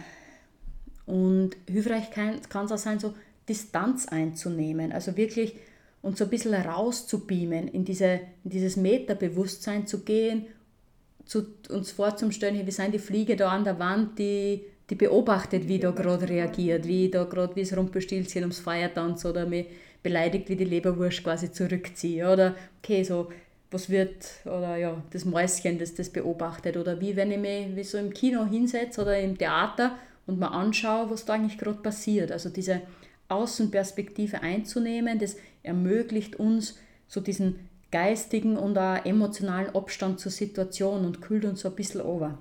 S2: Und hilfreich kann es auch sein, so Distanz einzunehmen, also wirklich uns so ein bisschen rauszubeamen, in, diese, in dieses Metabewusstsein zu gehen, zu uns vorzustellen, hey, wir sind die Fliege da an der Wand, die, die beobachtet, wie da gerade reagiert, wie da gerade wie das Rumpelstilzchen ums Feuer tanzt oder mich beleidigt, wie die Leberwurst quasi zurückzieht. Oder okay, so was wird, oder ja, das Mäuschen, das das beobachtet. Oder wie wenn ich mich wie so im Kino hinsetze oder im Theater und mir anschaue, was da eigentlich gerade passiert. Also diese Außenperspektive einzunehmen, das ermöglicht uns so diesen geistigen und auch emotionalen Abstand zur Situation und kühlt uns so ein bisschen over.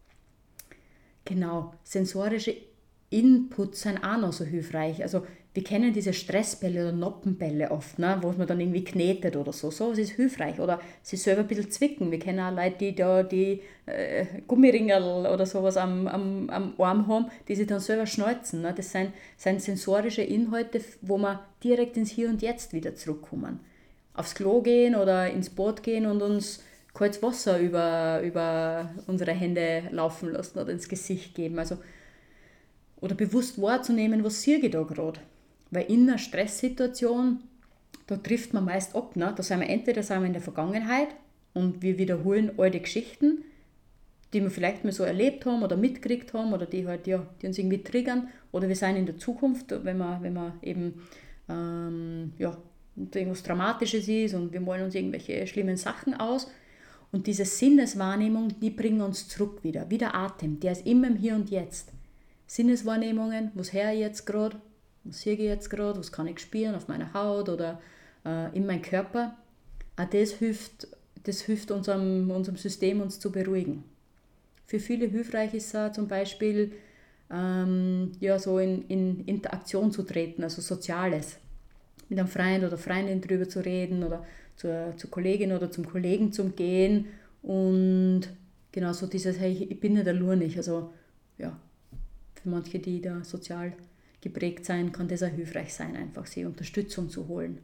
S2: Genau, sensorische Inputs sind auch noch so hilfreich. Also wir kennen diese Stressbälle oder Noppenbälle oft, ne, wo man dann irgendwie knetet oder so. So, es ist hilfreich. Oder sie selber ein bisschen zwicken. Wir kennen auch Leute, die da die äh, Gummiringerl oder sowas am, am, am Arm haben, die sich dann selber schnalzen. Ne. Das sind, sind sensorische Inhalte, wo wir direkt ins Hier und Jetzt wieder zurückkommen. Aufs Klo gehen oder ins Bad gehen und uns kaltes Wasser über, über unsere Hände laufen lassen oder ins Gesicht geben. Also, oder bewusst wahrzunehmen, was sehe ich da gerade. Weil in einer Stresssituation, da trifft man meist ab. Ne? Da sind wir entweder sind wir in der Vergangenheit und wir wiederholen alte Geschichten, die wir vielleicht mal so erlebt haben oder mitgekriegt haben oder die, halt, ja, die uns irgendwie triggern. Oder wir sind in der Zukunft, wenn wir, wenn wir eben ähm, ja, irgendwas Dramatisches ist und wir malen uns irgendwelche schlimmen Sachen aus. Und diese Sinneswahrnehmung, die bringen uns zurück wieder. Wie der Atem, der ist immer im Hier und Jetzt. Sinneswahrnehmungen, was höre ich jetzt gerade, was sehe ich jetzt gerade, was kann ich spüren auf meiner Haut oder äh, in meinem Körper. Auch das hilft, das hilft unserem, unserem System, uns zu beruhigen. Für viele hilfreich ist es zum Beispiel, ähm, ja, so in, in Interaktion zu treten, also Soziales. Mit einem Freund oder Freundin drüber zu reden oder zur, zur Kollegin oder zum Kollegen zu gehen und genau so dieses, hey, ich bin nicht alleinig, also ja, für manche, die da sozial geprägt sein, kann das auch hilfreich sein, einfach sich Unterstützung zu holen.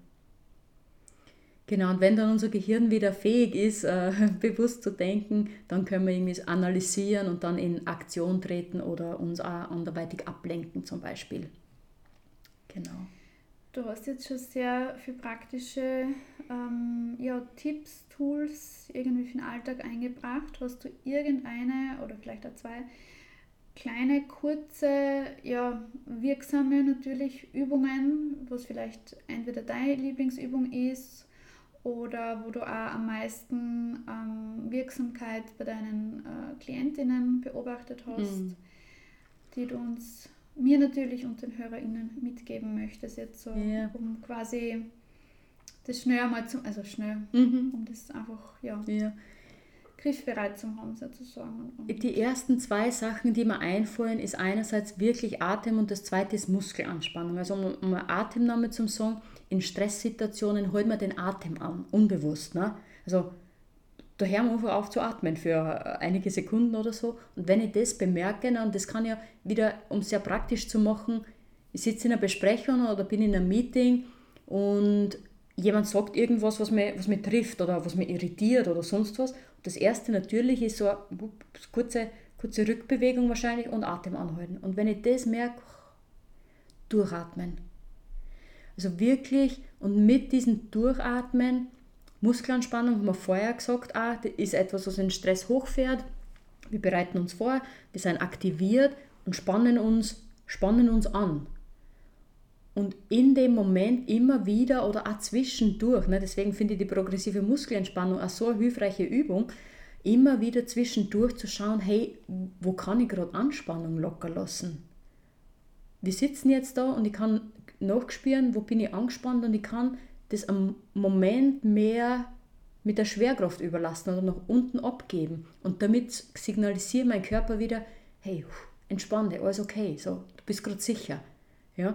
S2: Genau, und wenn dann unser Gehirn wieder fähig ist, äh, bewusst zu denken, dann können wir irgendwie analysieren und dann in Aktion treten oder uns auch anderweitig ablenken zum Beispiel. Genau.
S1: Du hast jetzt schon sehr viele praktische ähm, ja, Tipps, Tools irgendwie für den Alltag eingebracht. Hast du irgendeine oder vielleicht auch zwei kleine, kurze, ja, wirksame natürlich Übungen, was vielleicht entweder deine Lieblingsübung ist oder wo du auch am meisten ähm, Wirksamkeit bei deinen äh, Klientinnen beobachtet hast, mm. die du uns, mir natürlich und den HörerInnen mitgeben möchtest, jetzt so, yeah. um quasi das schnell einmal zu, also schnell, mhm. um das einfach, ja, yeah. griffbereit zu haben sozusagen. Und
S2: die ersten zwei Sachen, die mir einfallen, ist einerseits wirklich Atem und das zweite ist Muskelanspannung. Also um, um eine Atemnahme zum sagen, in Stresssituationen holt man den Atem an, unbewusst. Ne? Also da hören wir einfach auf zu atmen für einige Sekunden oder so. Und wenn ich das bemerke, und das kann ja wieder, um es sehr praktisch zu machen, ich sitze in einer Besprechung oder bin in einem Meeting und jemand sagt irgendwas, was mich, was mich trifft oder was mich irritiert oder sonst was. Das erste natürlich ist so eine kurze, kurze Rückbewegung wahrscheinlich und Atem anhalten. Und wenn ich das merke, durchatmen. Also wirklich, und mit diesem Durchatmen, Muskelanspannung, haben wir vorher gesagt, auch, das ist etwas, was den Stress hochfährt. Wir bereiten uns vor, wir sind aktiviert und spannen uns, spannen uns an. Und in dem Moment immer wieder oder auch zwischendurch, ne, deswegen finde ich die progressive Muskelentspannung auch so eine hilfreiche Übung, immer wieder zwischendurch zu schauen, hey, wo kann ich gerade Anspannung locker lassen? Wir sitzen jetzt da und ich kann nachspüren, wo bin ich angespannt und ich kann das am Moment mehr mit der Schwerkraft überlassen oder nach unten abgeben. Und damit signalisiert mein Körper wieder, hey, entspann dich, alles okay, so, du bist gerade sicher. Ja?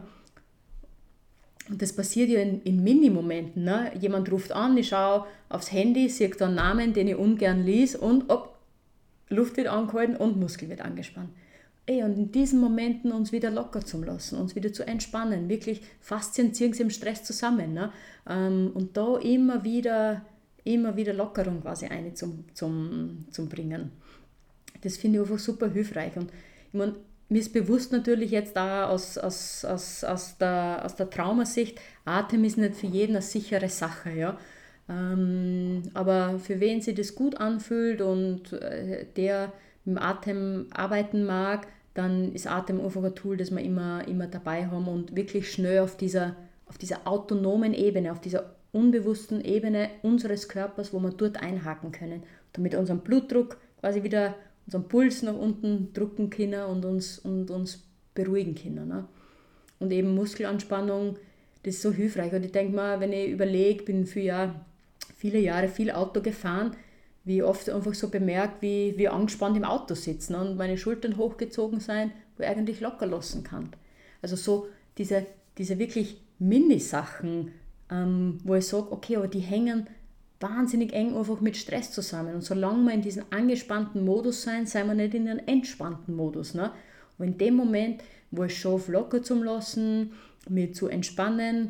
S2: Und das passiert ja in, in Mini-Momenten. Ne? Jemand ruft an, ich schaue aufs Handy, sehe da einen Namen, den ich ungern lies und ob Luft wird angehalten und Muskel wird angespannt. Ey, und in diesen Momenten uns wieder locker zu lassen, uns wieder zu entspannen. Wirklich, Faszien ziehen sie im Stress zusammen. Ne? Und da immer wieder, immer wieder Lockerung quasi eine zum, zum, zum bringen. Das finde ich einfach super hilfreich. Und ich meine, mir ist bewusst natürlich jetzt auch aus, aus, aus, aus, der, aus der Traumasicht, Atem ist nicht für jeden eine sichere Sache. Ja? Ähm, aber für wen sich das gut anfühlt und äh, der mit dem Atem arbeiten mag, dann ist Atem einfach ein Tool, das wir immer, immer dabei haben und wirklich schnell auf dieser, auf dieser autonomen Ebene, auf dieser unbewussten Ebene unseres Körpers, wo wir dort einhaken können, damit unseren Blutdruck quasi wieder, unseren Puls nach unten drücken können und uns, und uns beruhigen können. Ne? Und eben Muskelanspannung, das ist so hilfreich. Und ich denke mal, wenn ich überlege, bin viele Jahre, viele Jahre viel Auto gefahren, wie oft einfach so bemerkt, wie wir angespannt im Auto sitzen und meine Schultern hochgezogen sein, wo ich eigentlich locker lassen kann. Also so diese, diese wirklich Mini-Sachen, ähm, wo ich sage, okay, aber die hängen wahnsinnig eng einfach mit Stress zusammen. Und solange wir in diesem angespannten Modus sein, sind wir nicht in einem entspannten Modus. Ne? Und in dem Moment, wo ich schaffe, locker zu lassen, mich zu entspannen,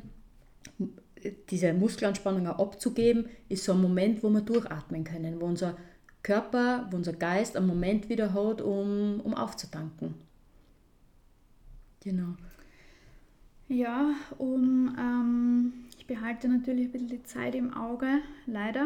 S2: diese Muskelanspannung auch abzugeben, ist so ein Moment, wo wir durchatmen können, wo unser Körper, wo unser Geist einen Moment wieder hat, um, um aufzutanken. Genau.
S1: Ja, um, ähm, ich behalte natürlich ein bisschen die Zeit im Auge, leider.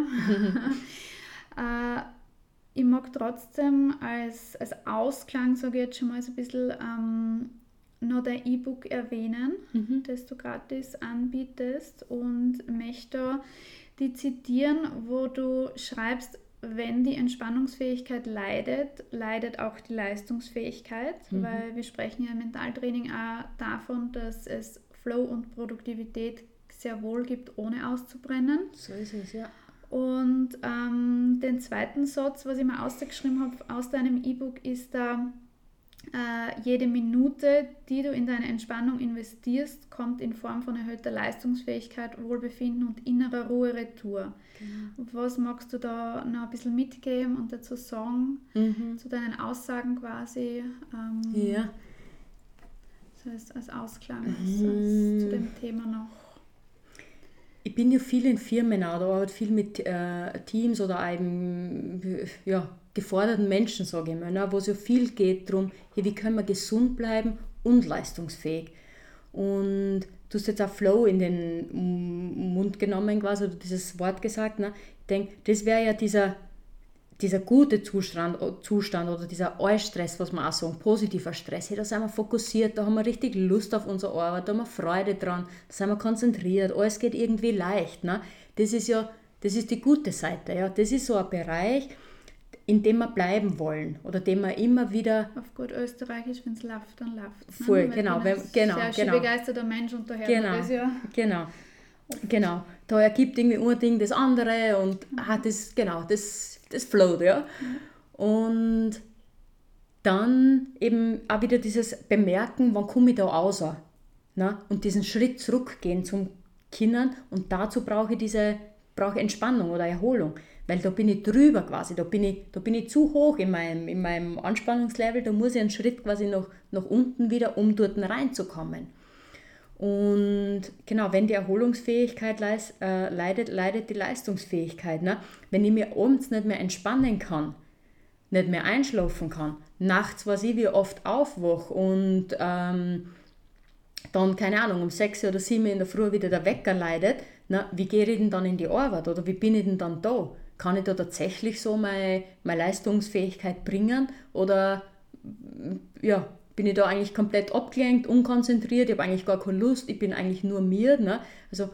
S1: äh, ich mag trotzdem als, als Ausklang, sage ich jetzt schon mal so ein bisschen, ähm, noch dein E-Book erwähnen, mhm. das du gratis anbietest und möchte die zitieren, wo du schreibst, wenn die Entspannungsfähigkeit leidet, leidet auch die Leistungsfähigkeit, mhm. weil wir sprechen ja im Mentaltraining auch davon, dass es Flow und Produktivität sehr wohl gibt, ohne auszubrennen.
S2: So ist es, ja.
S1: Und ähm, den zweiten Satz, was ich mir ausgeschrieben habe aus deinem E-Book, ist da, Uh, jede Minute, die du in deine Entspannung investierst, kommt in Form von erhöhter Leistungsfähigkeit, Wohlbefinden und innerer Ruhe retour. Genau. Was magst du da noch ein bisschen mitgeben und dazu sagen, mhm. zu deinen Aussagen quasi?
S2: Ähm, ja,
S1: so als, als Ausklang als, als zu dem Thema noch?
S2: Ich bin ja viel in Firmen auch, da arbeite viel mit äh, Teams oder eben ja, geforderten Menschen, sage ich mal, ne, wo es ja viel geht darum, hey, wie können wir gesund bleiben und leistungsfähig. Und du hast jetzt auch Flow in den Mund genommen quasi, oder dieses Wort gesagt. Ne? Ich denke, das wäre ja dieser, dieser gute Zustand, Zustand oder dieser Eustress, was man auch sagen, positiver Stress. Hey, da sind wir fokussiert, da haben wir richtig Lust auf unsere Arbeit, da haben wir Freude dran, da sind wir konzentriert, alles geht irgendwie leicht. Ne? Das ist ja, das ist die gute Seite. Ja? Das ist so ein Bereich, in dem wir bleiben wollen oder dem wir immer wieder...
S1: Auf gut Österreichisch, wenn es läuft, dann läuft es.
S2: Voll, ne? genau. Wenn, genau,
S1: sehr
S2: genau.
S1: begeisterter Mensch und daher
S2: genau,
S1: das ja...
S2: Genau, genau. Da ergibt irgendwie ein Ding das andere und mhm. ah, das, genau, das, das float, ja. Mhm. Und dann eben auch wieder dieses Bemerken, wann komme ich da raus, ne? Und diesen Schritt zurückgehen zum Kindern und dazu brauche ich diese brauche ich Entspannung oder Erholung. Weil da bin ich drüber quasi, da bin ich, da bin ich zu hoch in meinem, in meinem Anspannungslevel, da muss ich einen Schritt quasi nach, nach unten wieder, um dort reinzukommen. Und genau, wenn die Erholungsfähigkeit leis, äh, leidet, leidet die Leistungsfähigkeit. Ne? Wenn ich mir abends nicht mehr entspannen kann, nicht mehr einschlafen kann, nachts weiß ich, wie oft aufwache und ähm, dann, keine Ahnung, um sechs oder sieben in der Früh wieder der Wecker leidet, na, wie gehe ich denn dann in die Arbeit oder wie bin ich denn dann da? Kann ich da tatsächlich so meine, meine Leistungsfähigkeit bringen oder ja, bin ich da eigentlich komplett abgelenkt, unkonzentriert, ich habe eigentlich gar keine Lust, ich bin eigentlich nur mir. Ne? Also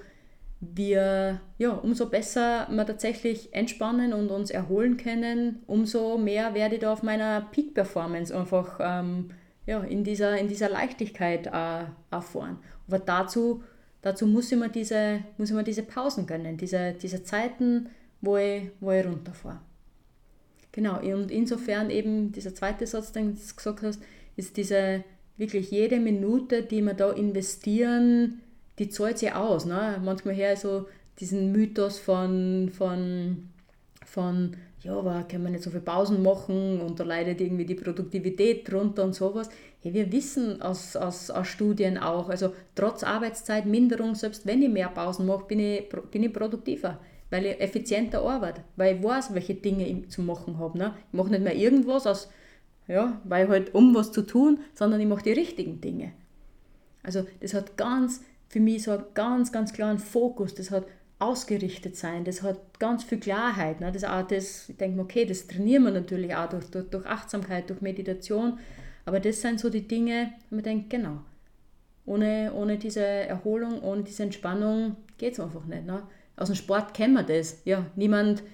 S2: wir, ja, umso besser wir tatsächlich entspannen und uns erholen können, umso mehr werde ich da auf meiner Peak-Performance einfach ähm, ja, in, dieser, in dieser Leichtigkeit äh, erfahren. Aber dazu, dazu muss ich mir diese, muss ich mir diese Pausen gönnen, diese, diese Zeiten, wo ich, wo ich runterfahre. Genau, und insofern eben dieser zweite Satz, den du gesagt hast, ist diese wirklich jede Minute, die wir da investieren, die zahlt sich aus. Ne? Manchmal her so diesen Mythos von, von, von ja, aber können wir nicht so viele Pausen machen und da leidet irgendwie die Produktivität drunter und sowas. Hey, wir wissen aus, aus, aus Studien auch, also trotz Arbeitszeitminderung, selbst wenn ich mehr Pausen mache, bin ich, bin ich produktiver, weil ich effizienter arbeite, weil ich weiß, welche Dinge ich zu machen habe. Ne? Ich mache nicht mehr irgendwas, aus, ja, weil halt um was zu tun, sondern ich mache die richtigen Dinge. Also das hat ganz, für mich so einen ganz, ganz klaren Fokus, das hat ausgerichtet sein, das hat ganz viel Klarheit. Ne? Das auch das, ich denke mir, okay, das trainieren wir natürlich auch durch, durch, durch Achtsamkeit, durch Meditation, aber das sind so die Dinge, wo man denkt, genau, ohne, ohne diese Erholung, ohne diese Entspannung geht es einfach nicht. Ne? Aus dem Sport kennen wir das. Ja, niemand,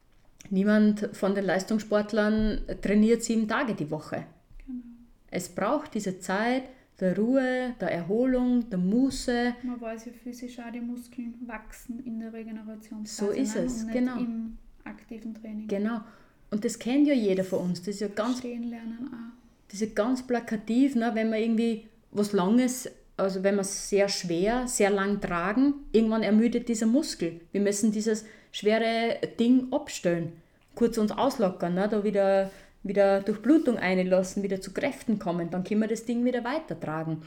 S2: niemand von den Leistungssportlern trainiert sieben Tage die Woche. Genau. Es braucht diese Zeit der Ruhe, der Erholung, der Muße.
S1: Man weiß ja physisch auch, die Muskeln wachsen in der Regenerationsphase.
S2: So ist es,
S1: und nicht
S2: genau.
S1: Im aktiven Training.
S2: Genau. Und das kennt ja jeder von uns. Das ist ja ganz,
S1: Verstehen lernen auch.
S2: Das ist ja ganz plakativ, ne? Wenn man irgendwie was Langes, also wenn wir es sehr schwer, sehr lang tragen, irgendwann ermüdet dieser Muskel. Wir müssen dieses schwere Ding abstellen, kurz uns auslockern, ne? Da wieder, wieder Durchblutung einlassen, wieder zu Kräften kommen, dann können wir das Ding wieder weitertragen.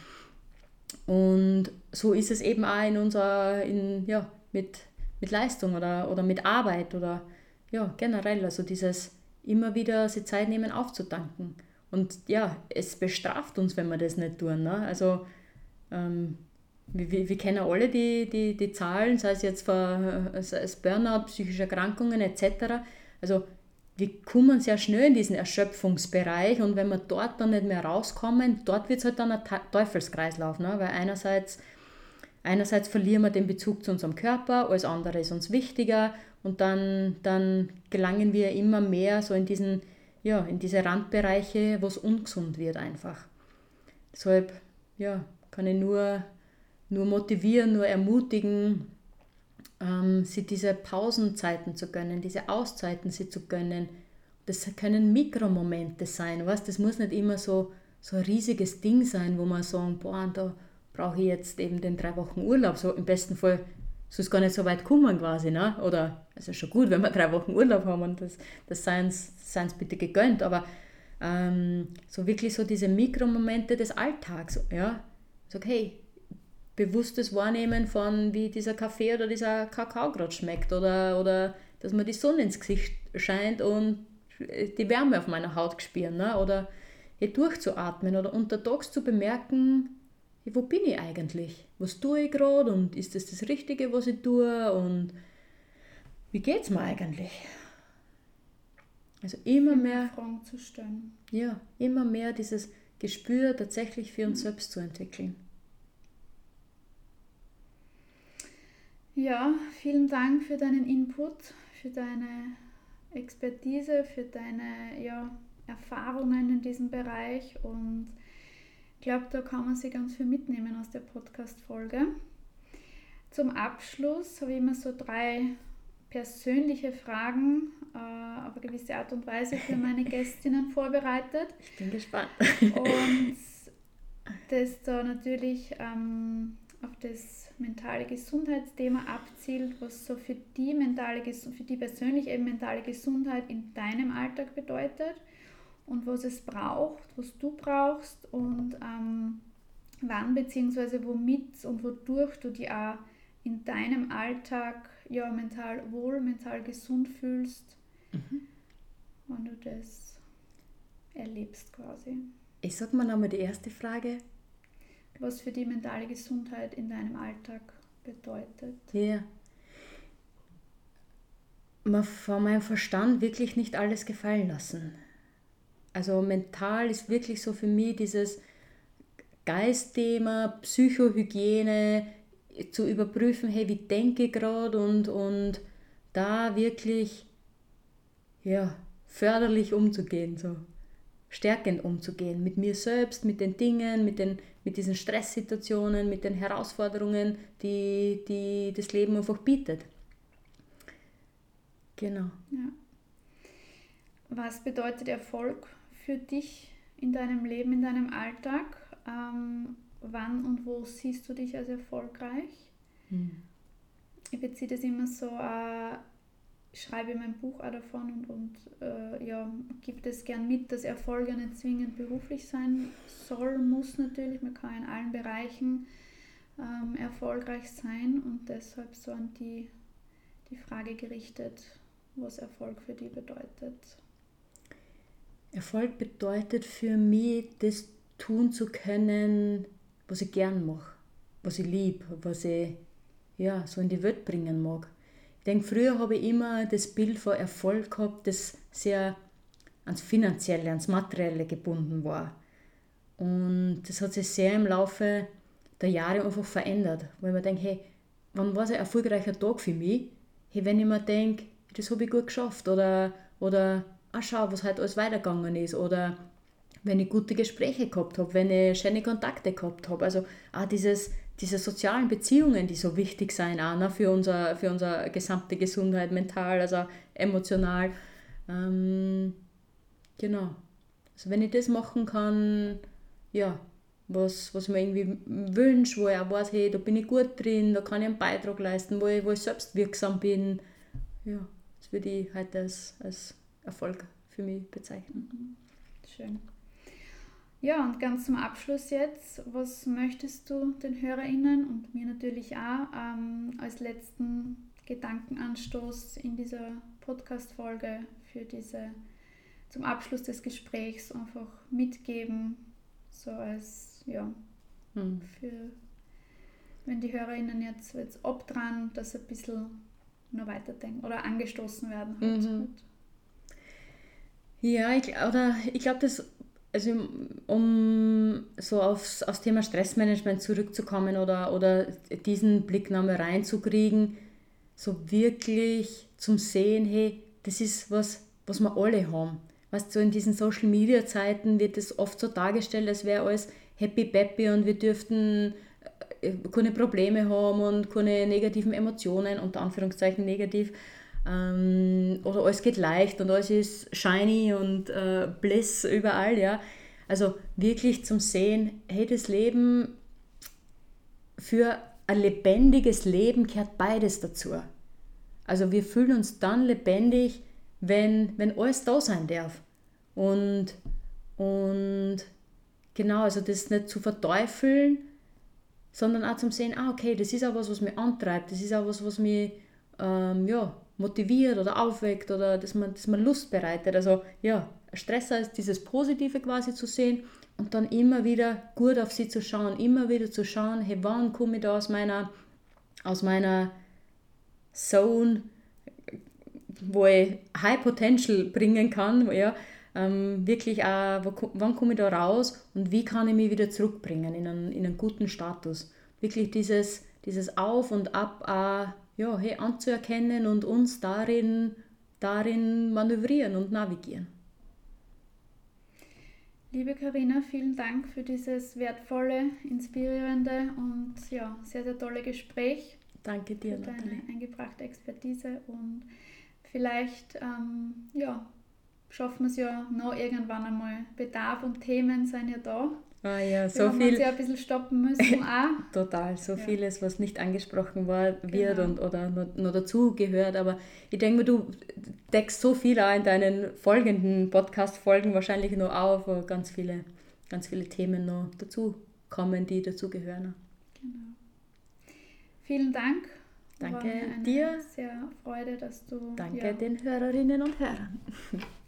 S2: Und so ist es eben auch in unserer, in, ja, mit, mit Leistung oder, oder mit Arbeit oder ja, generell, also dieses immer wieder sich Zeit nehmen aufzutanken. Und ja, es bestraft uns, wenn wir das nicht tun. Ne? Also ähm, wir, wir, wir kennen alle die, die, die Zahlen, sei es jetzt für, sei es Burnout, psychische Erkrankungen et cetera. Also wir kommen sehr schnell in diesen Erschöpfungsbereich und wenn wir dort dann nicht mehr rauskommen, dort wird es halt dann ein Teufelskreislauf. Ne? Weil einerseits, einerseits verlieren wir den Bezug zu unserem Körper, alles andere ist uns wichtiger und dann, dann gelangen wir immer mehr so in diesen ja, in diese Randbereiche, wo es ungesund wird einfach. Deshalb ja, kann ich nur, nur motivieren, nur ermutigen, ähm, sich diese Pausenzeiten zu gönnen, diese Auszeiten sie zu gönnen. Das können Mikromomente sein, weißt? Das muss nicht immer so, so ein riesiges Ding sein, wo man sagen, boah, da brauche ich jetzt eben den drei Wochen Urlaub. So im besten Fall soll es gar nicht so weit kommen quasi, ne? Oder, also schon gut, wenn wir drei Wochen Urlaub haben und das, das seien es bitte gegönnt, aber ähm, so wirklich so diese Mikromomente des Alltags, ja, Sag, hey, bewusstes Wahrnehmen von, wie dieser Kaffee oder dieser Kakao gerade schmeckt oder, oder dass mir die Sonne ins Gesicht scheint und die Wärme auf meiner Haut spüren, ne? Oder hey, durchzuatmen oder untertags zu bemerken, hey, wo bin ich eigentlich? Was tue ich gerade und ist das das Richtige, was ich tue und wie geht es mir eigentlich? Also immer mehr
S1: Fragen zu stellen.
S2: Ja, immer mehr dieses Gespür tatsächlich für uns selbst zu entwickeln.
S1: Ja, vielen Dank für deinen Input, für deine Expertise, für deine ja, Erfahrungen in diesem Bereich und ich glaube, da kann man sich ganz viel mitnehmen aus der Podcast-Folge. Zum Abschluss habe ich immer so drei persönliche Fragen äh, auf eine gewisse Art und Weise für meine Gästinnen vorbereitet.
S2: Ich bin gespannt.
S1: Und das da natürlich ähm, auf das mentale Gesundheitsthema abzielt, was so für die mentale, für die persönlich eben mentale Gesundheit in deinem Alltag bedeutet und was es braucht, was du brauchst und ähm, wann bzw. womit und wodurch du dich auch in deinem Alltag ja, mental wohl, mental gesund fühlst, mhm. wenn du das erlebst quasi.
S2: Ich sag mal nochmal die erste Frage.
S1: Was für die mentale Gesundheit in deinem Alltag bedeutet.
S2: Ja. Man von meinem Verstand wirklich nicht alles gefallen lassen. Also mental ist wirklich so für mich dieses Geistthema, Psychohygiene, zu überprüfen, hey, wie denke ich gerade und, und da wirklich ja, förderlich umzugehen, so stärkend umzugehen, mit mir selbst, mit den Dingen, mit, den, mit diesen Stresssituationen, mit den Herausforderungen, die, die das Leben einfach bietet. Genau.
S1: Ja. Was bedeutet Erfolg für dich in deinem Leben, in deinem Alltag? Ähm, wann und wo siehst du dich als erfolgreich? Hm. Ich beziehe das immer so, äh, ich schreibe mein Buch auch davon und, und äh, ja, gebe das gern mit, dass Erfolg ja nicht zwingend beruflich sein soll, muss natürlich, man kann in allen Bereichen ähm, erfolgreich sein und deshalb so an die, die Frage gerichtet, was Erfolg für dich bedeutet.
S2: Erfolg bedeutet für mich, das tun zu können, was ich gern mache, was ich liebe, was ich ja, so in die Welt bringen mag. Ich denke, früher habe ich immer das Bild von Erfolg gehabt, das sehr ans Finanzielle, ans Materielle gebunden war. Und das hat sich sehr im Laufe der Jahre einfach verändert. Weil ich mir denke, hey, wann war es ein erfolgreicher Tag für mich? Hey, wenn ich mir denke, das habe ich gut geschafft oder, oder ah, schau, was heute alles weitergegangen ist oder wenn ich gute Gespräche gehabt habe, wenn ich schöne Kontakte gehabt habe. Also auch dieses, diese sozialen Beziehungen, die so wichtig sind, auch ne, für, unser, für unsere gesamte Gesundheit, mental, also emotional. Ähm, genau. Also wenn ich das machen kann, ja, was, was ich mir irgendwie wünsche, wo ich auch weiß, hey, da bin ich gut drin, da kann ich einen Beitrag leisten, wo ich, wo ich selbst wirksam bin, ja, das würde ich heute als, als Erfolg für mich bezeichnen.
S1: Schön. Ja, und ganz zum Abschluss jetzt, was möchtest du den HörerInnen und mir natürlich auch ähm, als letzten Gedankenanstoß in dieser Podcast-Folge für diese, zum Abschluss des Gesprächs einfach mitgeben, so als, ja, hm. für, wenn die HörerInnen jetzt, jetzt ob dran, dass ein bisschen noch weiterdenken oder angestoßen werden. Halt.
S2: Mhm. Ja, ich, oder ich glaube, dass also um so aufs, aufs Thema Stressmanagement zurückzukommen oder, oder diesen Blick nochmal reinzukriegen, so wirklich zum Sehen, hey, das ist was, was wir alle haben. Weißt du, so in diesen Social-Media-Zeiten wird es oft so dargestellt, als wäre alles happy-peppy und wir dürften keine Probleme haben und keine negativen Emotionen, unter Anführungszeichen negativ. Ähm, oder alles geht leicht und alles ist shiny und äh, bliss überall, ja. Also wirklich zum Sehen, hey, das Leben, für ein lebendiges Leben gehört beides dazu. Also wir fühlen uns dann lebendig, wenn, wenn alles da sein darf. Und, und genau, also das nicht zu verteufeln, sondern auch zum Sehen, ah, okay, das ist auch was, was mich antreibt, das ist auch was, was mich ähm, ja, motiviert oder aufweckt oder das mir, das mir Lust bereitet. Also ja, Stress heißt dieses Positive quasi zu sehen und dann immer wieder gut auf sie zu schauen, immer wieder zu schauen, hey, wann komme ich da aus meiner, aus meiner Zone, wo ich High Potential bringen kann, ja, ähm, wirklich auch, wo, wann komme ich da raus und wie kann ich mich wieder zurückbringen in einen, in einen guten Status. Wirklich dieses, dieses Auf und Ab auch, ja, hey, anzuerkennen und uns darin, darin manövrieren und navigieren.
S1: Liebe Karina, vielen Dank für dieses wertvolle, inspirierende und ja, sehr, sehr tolle Gespräch.
S2: Danke dir,
S1: für deine
S2: Nathalie.
S1: eingebrachte Expertise und vielleicht ähm, ja, schaffen wir es ja noch irgendwann einmal. Bedarf und Themen sind ja da.
S2: Ah ja,
S1: Wir
S2: so
S1: haben
S2: viel.
S1: uns ja ein bisschen stoppen müssen auch.
S2: Total, so
S1: Ja.
S2: vieles, was nicht angesprochen war, wird
S1: Genau.
S2: und, oder nur, nur dazu gehört. Aber ich denke mir, du deckst so viel auch in deinen folgenden Podcast-Folgen wahrscheinlich noch auf, wo ganz viele, ganz viele Themen noch dazu kommen, die dazugehören.
S1: Genau. Vielen Dank.
S2: Danke
S1: War mir eine
S2: dir.
S1: sehr Freude, dass du...
S2: Danke
S1: ja,
S2: den Hörerinnen und Hörern.